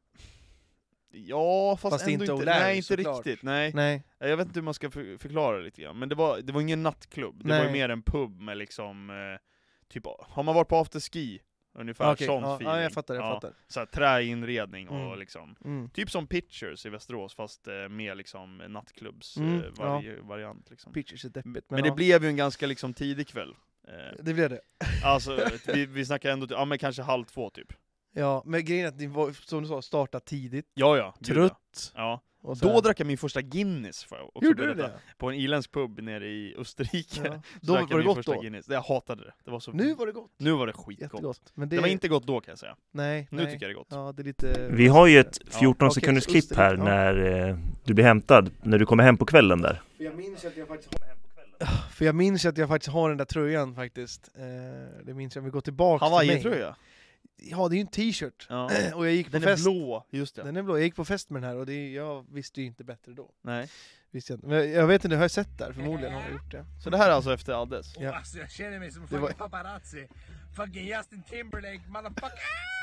Ja, fast, Fast ändå inte inte, O'Larry, nej inte såklart. riktigt, nej. Nej. Jag vet inte hur man ska för, förklara det lite grann, men det var, det var ingen nattklubb, det var Nej. ju mer en pub med liksom, eh, typ, har man varit på afterski? Ungefär Okej, sån ja, feeling. ja, jag fattar, jag Ja, fattar. så här, träinredning och Mm. liksom, Mm. typ som Pitchers i Västerås, fast eh, mer liksom nattklubbs Mm, eh, vari- variant liksom. Pitchers är deppigt. Men, Men det ja, blev ju en ganska liksom tidig kväll. Eh, det blev det. alltså, vi, vi snackar ändå, ja men kanske halv två typ. Ja, men grejen är att ni var, som du sa, starta tidigt, Ja ja, gud, ja. trött. Ja. Och så Då här- drack jag min första Guinness, får jag också Gjorde du berätta. det? På en irländsk pub nere i Österrike. Ja. Så Då drack var jag det min gott första då? Guinness. Jag hatade det. Det var så... Nu var det gott. nu var det skitgott. Jättegott. Men det, Det var inte gott då kan jag säga. Nej, Nu nej. tycker jag det är gott. Ja, det är lite... Vi har ju ett Ja, fjorton okej, sekunders så klipp här Österrike, ja. när eh, du blir hämtad, när du kommer hem på kvällen där. För jag minns att jag faktiskt har... För jag minns att jag faktiskt har den där tröjan faktiskt. Eh, det minns jag, vi går tillbaka till mig. Hawaii-tröja. Ja, det är ju en t-shirt. Ja. Och jag gick på Den är fest. blå, just det. Den är blå. Jag gick på fest med den här och det, jag visste ju inte bättre då. Nej. Visste jag, inte. Men jag, jag vet inte, har jag sett där? Förmodligen har jag gjort det. Så det här är alltså efter Addes? Ja. Alltså jag känner mig som en Det var- fucking paparazzi. Fucking Justin Timberlake, motherfucker.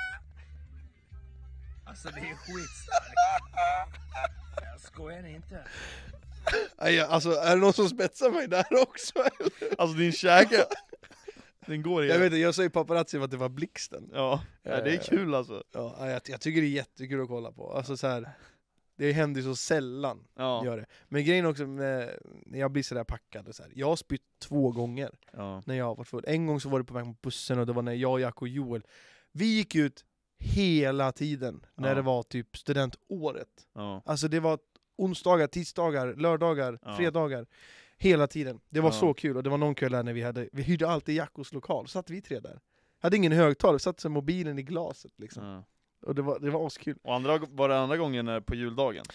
Alltså det är skitstarkt. Jag skojar inte. Aj, ja, alltså, är det någon som spetsar mig där också? Alltså din käke, den går i... Jag vet inte, jag sa ju paparazzi för att det var blixten. Ja, ja, det är kul alltså. Ja, jag, jag tycker det är jättekul att kolla på. Alltså så här, det händer ju så sällan. Ja. Gör det. Men grejen också med, när jag blir sådär packad och så här, jag har spytt två gånger Ja. när jag har varit full. En gång så var det på väg på bussen och det var när jag, Jack och Joel, vi gick ut hela tiden när Ja. det var typ studentåret. Ja. Alltså det var onsdagar, tisdagar, lördagar, Ja. fredagar. Hela tiden. Det var Ja. så kul. Och det var någon kväll där när vi hade, vi hyrde alltid Jackos lokal, så satt vi tre där. Hade ingen högtalare, satt så mobilen i glaset liksom. Ja. Och det var, det var askul. Och andra, var det andra gången när- på juldagen?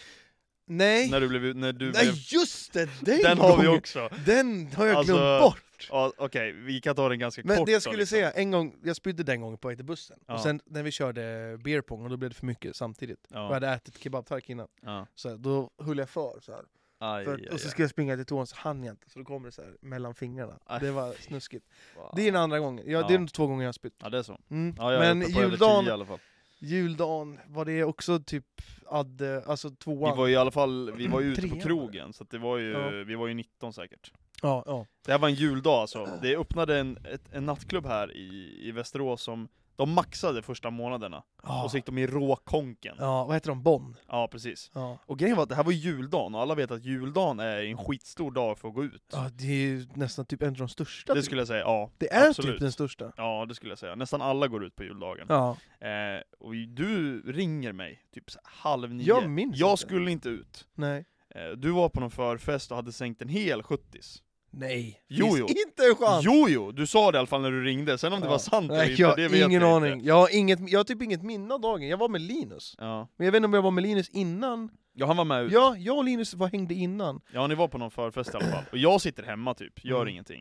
Nej! När du blev... När du Nej blev... just det! Den, Den har vi gången. också! Den har jag Alltså, glömt bort! Ja, okej, vi kan ta den ganska Men kort det jag då, skulle liksom. säga, en gång, jag spydde den gången på väg till bussen. Ja. Och sen när vi körde beer pong, och då blev det för mycket samtidigt. Ja. Och jag hade ätit kebabtark innan. Ja. Så här, då höll jag för så här. Aj, För, aj, och så aj. ska jag springa till toan, så hann jag inte. Så då kommer det så här mellan fingrarna. Aj. Det var snuskigt. Wow. Det är den andra gången. Ja, Ja. Det är de två gånger jag har spytt. Ja, det är så. Mm. Ja, jag Men är uppe på över juldagen, tio i alla fall. juldagen var det också typ adde, alltså tvåan. Vi var ju i alla fall, vi var ju ute på Trean. krogen, så att det var ju, Ja. vi var ju nitton säkert. Ja, ja. Det här var en juldag alltså. Det öppnade en, ett, en nattklubb här i, i Västerås som, de maxade första månaderna. Ja. Och så gick de i råkonken. Ja, Ja, vad heter de? Bonn? precis. Ja. Och grejen var att det här var juldagen, och alla vet att juldagen är en skitstor dag för att gå ut. Ja, det är ju nästan typ en av de största. Det typ. skulle jag säga, ja. det är absolut. typ den största. Ja, det skulle jag säga. Nästan alla går ut på juldagen. Ja. Eh, och du ringer mig typ så här halv nio. Jag minns jag inte. skulle inte ut. Nej. Eh, du var på någon förfest och hade sänkt en hel sjuttis. Nej. Jo, Finns jo. inte en chans. Jo, jo, du sa det i alla fall när du ringde. Sen om det Ja. var sant Nej, eller inte, jag det har vet ingen jag aning. inte. Jag har, inget, jag har typ inget minne av dagen. Jag var med Linus. Ja. Men jag vet inte om jag var med Linus innan. ja, han var med ut. Ja, jag och Linus var, hängde innan. Ja, ni var på någon förfest i alla fall. Och jag sitter hemma typ, gör Mm. ingenting.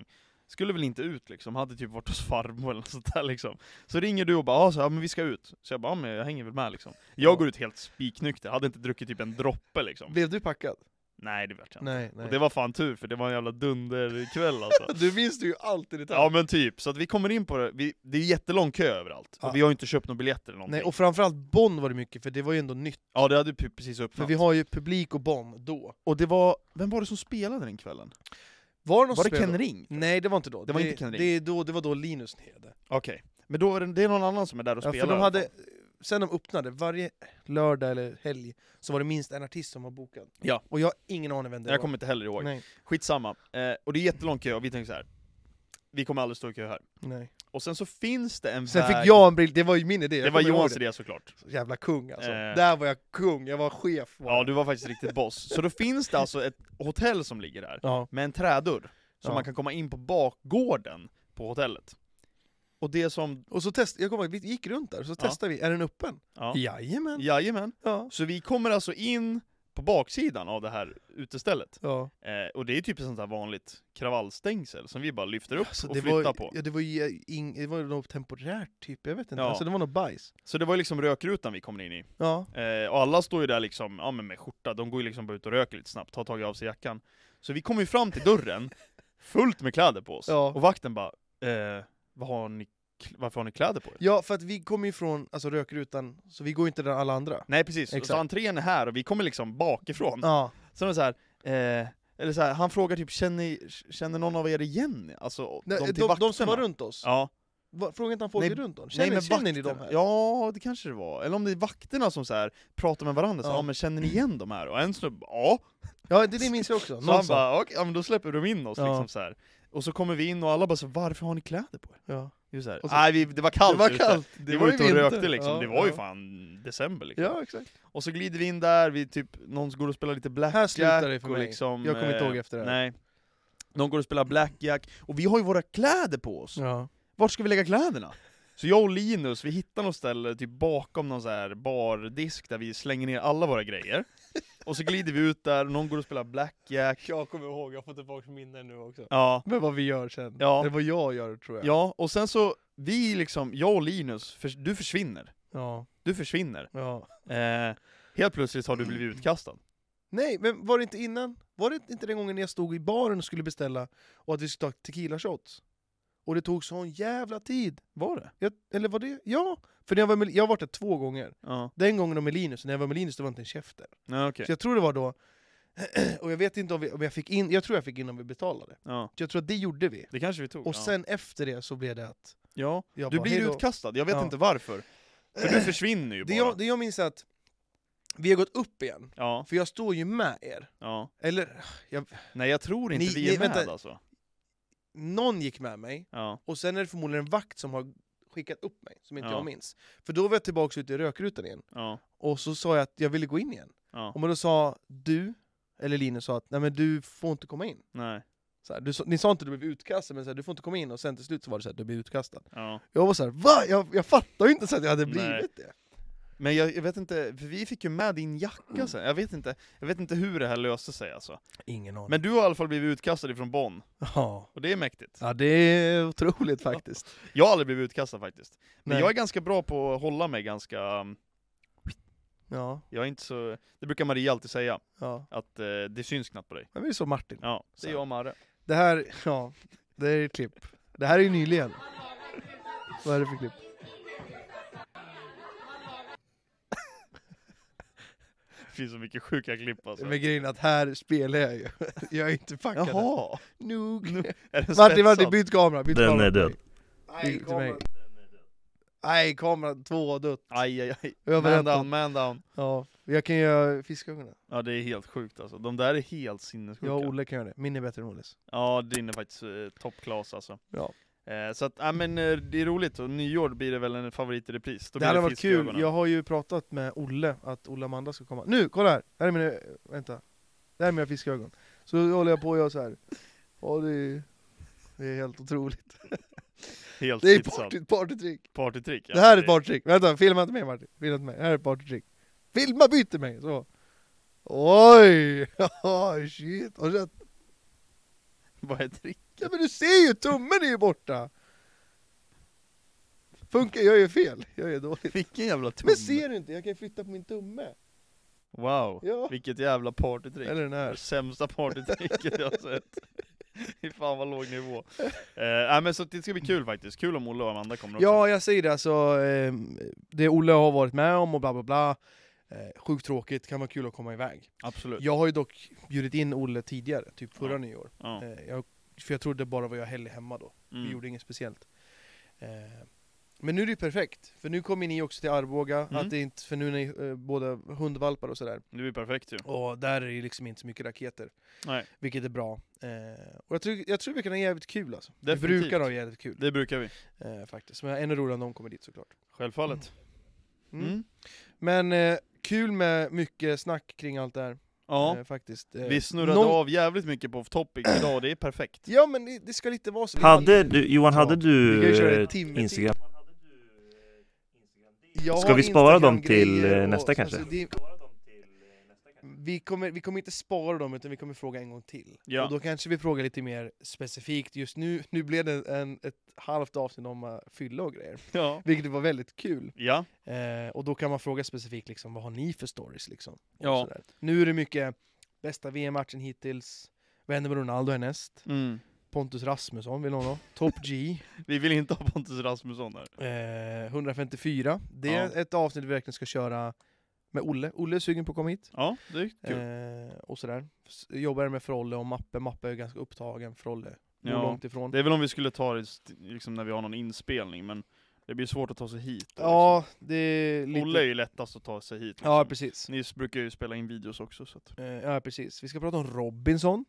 skulle väl inte ut liksom, hade typ varit hos farmor eller något sånt där liksom. Så ringer du och bara, ah, så, ja men vi ska ut. Så jag bara, ja, men jag hänger väl med liksom. Jag Ja. går ut helt spiknykter, hade inte druckit typ en droppe liksom. Blev du packad? Nej, det vart jag inte. Nej, nej. Och det var fan tur, för det var en jävla dunderkväll alltså. Du minns du ju alltid det. Ja men typ, så att vi kommer in på det, vi, det är jättelång kö överallt. Ja. Och vi har ju inte köpt några biljetter eller någonting. Nej, och framförallt Bonn var det mycket, för det var ju ändå nytt. Ja, det hade ju precis För öppnat. vi har ju publik och Bonn då. Och det var, vem var det som spelade den kvällen? Var det, någon Var det spel Ken då? Ring? Nej, det var inte då. Det var inte Ken Ring. Det, är då, det var då Linus Hede. Okej, men då är det, det är någon annan som är där och Ja, spelar. för de i alla hade, fall. sen de öppnade, varje lördag eller helg, så var det minst en artist som var bokad. Ja. Och jag har ingen aning vem det Jag var. kommer inte heller ihåg. Nej, Skitsamma. Eh, och det är jättelång kö och vi tänkte så här. Vi kommer aldrig stå i kö här. nej. Och sen så finns det en Sen väg... fick jag en bild, det var ju min idé. Det jag var kommer ihåg Johans det. idé såklart. Så jävla kung alltså. Eh. Där var jag kung, jag var chef. Var Ja, jag. du var faktiskt riktigt boss. Så då finns det alltså ett hotell som ligger där. Ja. Med en trädörr. Så Ja. man kan komma in på bakgården på hotellet. Och det som... Och så test, jag kommer ihåg, vi gick runt där, så Ja. testade vi, är den öppen? Ja. Jajamän. Jajamän. Ja. Så vi kommer alltså in på baksidan av det här utestället. Ja. Eh, och det är typ ett sånt här vanligt kravallstängsel som vi bara lyfter upp Alltså, och det flyttar var, på. ja, det var ju ing, det var något temporärt typ, jag vet inte. Ja. Alltså det var något bajs. Så det var ju liksom rökrutan vi kommer in i. Ja. Eh, och alla står ju där liksom, ja men med skjorta, de går ju liksom bara ut och röker lite snabbt, tar tag i av sig jackan. Så vi kommer ju fram till dörren, fullt med kläder på oss. Ja. Och vakten bara, eh, vad har ni, varför har ni kläder på er? Ja, för att vi kommer ju från alltså, rökrutan, så vi går ju inte där alla andra. Nej precis, Exakt. så entrén är här och vi kommer liksom bakifrån. Ja. Så det är så här, eh, eller så här, han frågar typ, känner, känner någon av er igen? Alltså, Nej, de de, till de, vakterna. som var runt oss. Ja. Va, fråga inte han folk Nej, är runt oss? Nej, Känner, men känner ni dem vakterna- här? Ja, det kanske det var. Eller om det är vakterna som så här pratar med varandra, så Ja. ja. men känner ni igen de här? Och en snubbe, ja. Ja, det, det minns jag också. Så Någon han sa. bara, okej, ja, men då släpper de in oss Ja. liksom så här. Och så kommer vi in och alla bara så, varför har ni kläder på er? Ja. Just så här. Och så- Nej, vi, det var kallt Det var ute. kallt. Vi var ju ute och vinter. rökte liksom, Ja, det var ju ja. fan december liksom. Ja, exakt. Och så glider vi in där, vi typ, någon går och spelar lite blackjack. Här slutar det för och mig. liksom, Jag kommer inte eh, ihåg efter det här. Nej. Någon går och spelar blackjack, och vi har ju våra kläder på oss. Ja. Vart ska vi lägga kläderna? Så jag och Linus, vi hittar något ställe typ bakom någon så här bardisk där vi slänger ner alla våra grejer. Och så glider vi ut där, och någon går och spelar blackjack. Jag kommer ihåg, jag har fått tillbaka minnen nu också. Ja, Men vad vi gör sen. Ja. Eller vad jag gör tror jag. ja, och sen så, vi liksom, jag och Linus, för, du försvinner. Ja. Du försvinner. Ja. Eh, helt plötsligt har du blivit utkastad. Nej, men var det inte innan? Var det inte den gången när jag stod i baren och skulle beställa och att vi skulle ta tequila shots? Och det tog sån jävla tid. Var det? Jag, eller var det? Ja! För när jag, var med, jag har varit där två gånger. Ja, Den gången med Linus, när jag var med Linus det var inte en käft där. ja okej. Så jag tror det var då, och jag vet inte om, vi, om jag fick in, jag tror jag fick in om vi betalade. Ja, Så jag tror att det gjorde vi. det kanske vi tog. Och ja. sen efter det så blev det att Ja, jag du bara, blir "Hej då." utkastad, jag vet Ja. inte varför. För du försvinner ju Det bara. jag, det jag minns är att vi har gått upp igen. Ja, För jag står ju med er. ja. Eller, jag, Nej jag tror inte Ni- vi ni- är med vänta. alltså. någon gick med mig. Ja, Och sen är det förmodligen en vakt som har skickat upp mig, som inte Ja. jag minns. För då var jag tillbaka ute i rökrutan igen. ja, Och så sa jag att jag ville gå in igen. ja. Och då sa du, eller Linus sa att nej men du får inte komma in. Nej, Så här, du, sa- ni sa inte att du blev utkastad, men så här, du får inte komma in. Och sen till slut så var det så att du blev utkastad. ja. Jag var så här, va? Jag, jag fattar ju inte så att jag hade blivit Nej. det. Men jag, jag vet inte, för vi fick ju med din jacka sen. Jag vet inte, jag vet inte hur det här löste sig alltså. Ingen aning. Men du har i alla fall blivit utkastad ifrån Bonn. Ja. Och det är mäktigt. Ja, det är otroligt faktiskt. Jag har aldrig blivit utkastad faktiskt. Men Nej. jag är ganska bra på att hålla mig ganska... um, Ja, Jag är inte så... Det brukar Maria alltid säga. ja. Att eh, det syns knappt på dig. Men det är så Martin. Ja, det är jag och Marre. Det här, ja, det är ett klipp. Det här är ju nyligen. Vad är det för klipp? Det finns så mycket sjuka klipp alltså. Men grejen är att här spelar jag ju. Jag är inte packad. Jaha! Nog. Är det Martin, spetsad? Martin, byt kamera. Byt Den kamera är till död. mig. Nej, Till mig. Nej, kameran två har dött. Aj, aj, aj. Jag Man väntar. down, man down. Ja, jag kan göra fiskögonen. Ja, det är helt sjukt alltså. De där är helt sinnessjuka. Jag och Olle kan göra det. Min är bättre än Olles. Ja, din är faktiskt eh, toppklass alltså. Ja. Eh, så att, ja men eh, det är roligt, och nyår blir det väl en favorit i repris. Då Det blir hade varit kul. fiskögonen. Jag har ju pratat med Olle att Olle och Amanda ska komma. Nu, kolla här! Här är mina, vänta. Det här är mina fiskögon. Så håller jag på och gör så här. Ja, det är, det är helt otroligt. Helt Det är skitsam. party, partytrick. Partytrick. Ja, Det här är ett partytrick. Vänta, filma inte mig Martin. Filma inte mig. Det här är ett partytrick. Filma byter mig! Så. Oj! Oj, shit. Har du sett? Vad är tricket? Ja men du ser ju, tummen är ju borta! Funkar, jag gör fel. Jag gör dåligt. Vilken jävla tumme. Men ser du inte? Jag kan flytta på min tumme. Wow, Ja. vilket jävla partytrick. Eller den här. Sämsta partytricket jag har sett. Fy fan vad låg nivå. Eh, nej, men så det ska bli kul faktiskt. Kul om Olle och Amanda kommer också. Ja, jag säger det. Alltså, eh, det Olle har varit med om och bla bla bla. Eh, sjukt tråkigt, kan vara kul att komma iväg. Absolut. Jag har ju dock bjudit in Olle tidigare, typ förra Ja. nyår. Ja. Eh, jag, för jag trodde bara var jag helg hemma då. Mm. Vi gjorde inget speciellt. Eh, men nu är det ju perfekt, för nu kommer ni också till Arboga, Mm. att det inte, för nu är ni eh, båda hundvalpar och sådär. Det blir perfekt ju. Och där är det liksom inte så mycket raketer, Nej, vilket är bra. Eh, och jag tror, jag tror vi kan ha jävligt kul alltså. Vi Definitivt. brukar ha jävligt kul, det brukar vi. eh, faktiskt. Men ännu roligare om de kommer dit såklart. Självfallet. Mm. Mm. Men eh, kul med mycket snack kring allt det här, Ja, eh, faktiskt. Eh, vi snurrade någon- av jävligt mycket på topic idag, det är perfekt. Ja men det, det ska lite vara så. Vi Hade du, Johan, hade Ja, vi kan ju köra du en timme Instagram? Jag Ska har vi spara dem Instagram-grejer till, eh, och- nästa alltså, kanske? det, vi, kommer, vi kommer inte spara dem, utan vi kommer fråga en gång till. Ja. Och då kanske vi frågar lite mer specifikt. Just nu, nu blev det en, ett halvt avsnitt om uh, fylla och grejer. Ja. Vilket var väldigt kul. Ja. Eh, och då kan man fråga specifikt, liksom, vad har ni för stories? Liksom, och Ja. sådär. Nu är det mycket bästa V M-matchen hittills. Vad händer med Ronaldo härnäst? Mm. Pontus Rasmusson vill någon ha. Top G. Vi vill inte ha Pontus Rasmusson där. Eh, etthundrafemtiofyra. Det är Ja. ett avsnitt vi verkligen ska köra med Olle. Olle är sugen på att komma hit. Ja, det är kul. Eh, och sådär. S- Jobbar med Frolle och Mappe. Mappe är ganska upptagen. Frolle bor Ja. långt ifrån. Det är väl om vi skulle ta det st- liksom när vi har någon inspelning, men det blir svårt att ta sig hit. Då, Ja, det är liksom. lite... Olle är ju lättast att ta sig hit. Liksom. Ja, precis. Ni brukar ju spela in videos också. Så att... Eh, ja, precis. Vi ska prata om Robinson.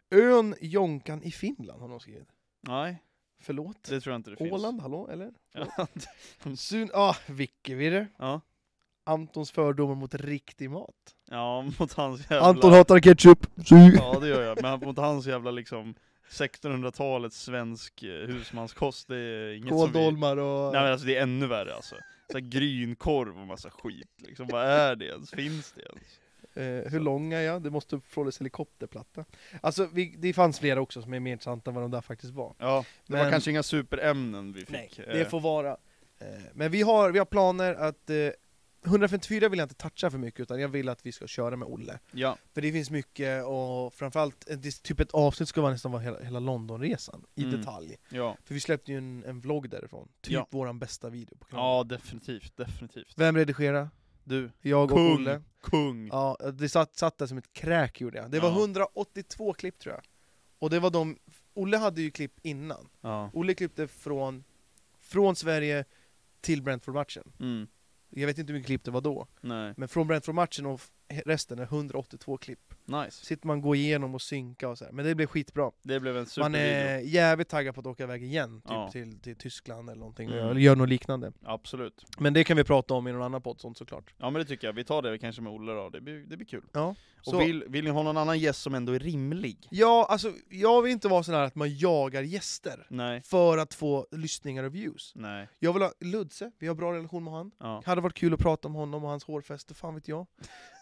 Ön Jonkan i Finland har någon skrivit. Nej, Förlåt? det tror jag inte det finns. Åland, hallå, eller? Ja. Sun... Ah, Vickevirre. Ja. Antons fördomar mot riktig mat. Ja, mot hans jävla... Anton hatar ketchup. Ja, det gör jag. Men mot hans jävla liksom sextonhundratalets svensk eh, husmanskost, det är inget som vi... Kåldolmar och... Nej men alltså det är ännu värre alltså. Så här grynkorv och massa skit liksom. Vad är det ens? Finns det ens? Eh, hur lång är jag? Det måste uppfrågas helikopterplatta. Alltså, vi, det fanns flera också som är mer intressanta än vad de där faktiskt var. Ja, det Men- var kanske inga superämnen vi fick. Nej, Eh, det får vara. Eh, men vi har, vi har planer att... Eh, etthundrafemtiofyra vill jag inte toucha för mycket, utan jag vill att vi ska köra med Olle. Ja, För det finns mycket, och framförallt, eh, det, typ ett avsnitt ska vara nästan vara hela, hela Londonresan i Mm. detalj. ja. För vi släppte ju en, en vlogg därifrån. Typ Ja. våran bästa video på kanalen. Ja, definitivt, definitivt. Vem redigerade? Du, Jag och kung, Olle. kung. Ja, det satt, satt där som ett kräk gjorde jag. Det var Ja. hundraåttiotvå klipp tror jag. Och det var de... Olle hade ju klipp innan. Ja. Olle klippte från, från Sverige till Brentford-matchen. Mm. Jag vet inte hur mycket klipp det var då. Nej, Men från Brentford-matchen och f- resten är hundraåttiotvå klipp. nice. Sitter man gå igenom och synka och så här. Men det blev skitbra. Det blev en Man supervideo. är jävligt taggad på att åka iväg igen. Typ Ja. till, till Tyskland eller någonting. Mm. Eller gör något liknande. Absolut. Men det kan vi prata om i någon annan podd, sånt såklart. Ja men det tycker jag, vi tar det kanske med Olle då, det blir, det blir kul. Ja. Och Så, vill, vill ni ha någon annan gäst som ändå är rimlig? ja, alltså jag vill inte vara sån här att man jagar gäster. Nej, För att få lyssningar och views. nej, Jag vill ha Ludse, vi har bra relation med han. ja. Hade varit kul att prata om honom och hans hårfäste, fan vet jag.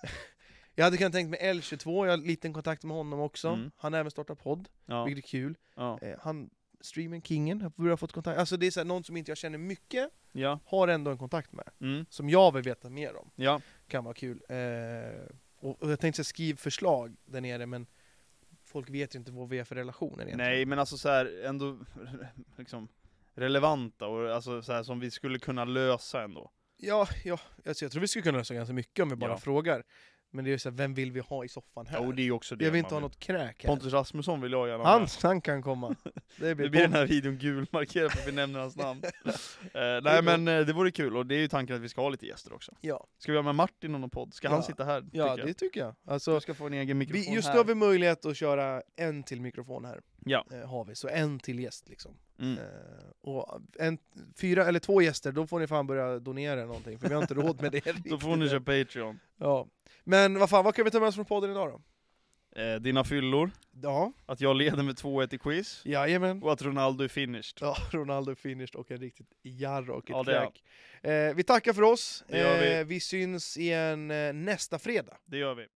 Jag hade kunnat tänkt mig L tjugotvå, jag har liten kontakt med honom också. Mm. Han har även startat podd, Ja, vilket är kul. ja, Eh, han, streamen Kingen, har vi har fått kontakt. Alltså det är så här, någon som inte jag känner mycket, ja, har ändå en kontakt med. mm. Som jag vill veta mer om. ja, Kan vara kul. Eh, och, och jag tänkte säga skriv förslag där nere, men folk vet ju inte vad vi är för relationer egentligen. nej men alltså så här ändå liksom relevanta och alltså så här som vi skulle kunna lösa ändå. Ja, ja alltså jag tror vi skulle kunna lösa ganska mycket om vi bara Ja. frågar. Men det är ju så här, vem vill vi ha i soffan här? Ja, och det är ju också det jag vill man inte ha något kräk här. Pontus Rasmusson vill jag gärna Han, med. han kan komma. Det blir, Det blir den här videon gulmarkerad för att vi nämner hans namn. eh, nej men eh, det vore kul, och det är ju tanken att vi ska ha lite gäster också. Ja, Ska vi ha med Martin och någon podd? Ska han Ja. sitta här? ja tycker det jag? tycker jag. Alltså, Du ska få en egen mikrofon vi, just nu här. har vi möjlighet att köra en till mikrofon här. Ja. Eh, har vi, så en till gäst liksom. Mm. Eh, och en, fyra eller två gäster, då får ni fan börja donera någonting, för vi har inte råd med det. Då får ni köra Patreon. Ja. Men vad fan, vad kan vi ta med oss från podden idag då? Eh, dina fyllor, Ja, att jag leder med två ett i quiz, jajamän. och att Ronaldo är finished. Ja, Ronaldo finished och en riktigt jarr och ett Ja, det är kräk. Eh, vi tackar för oss. Det gör vi. Eh, vi syns igen eh, nästa fredag. Det gör vi.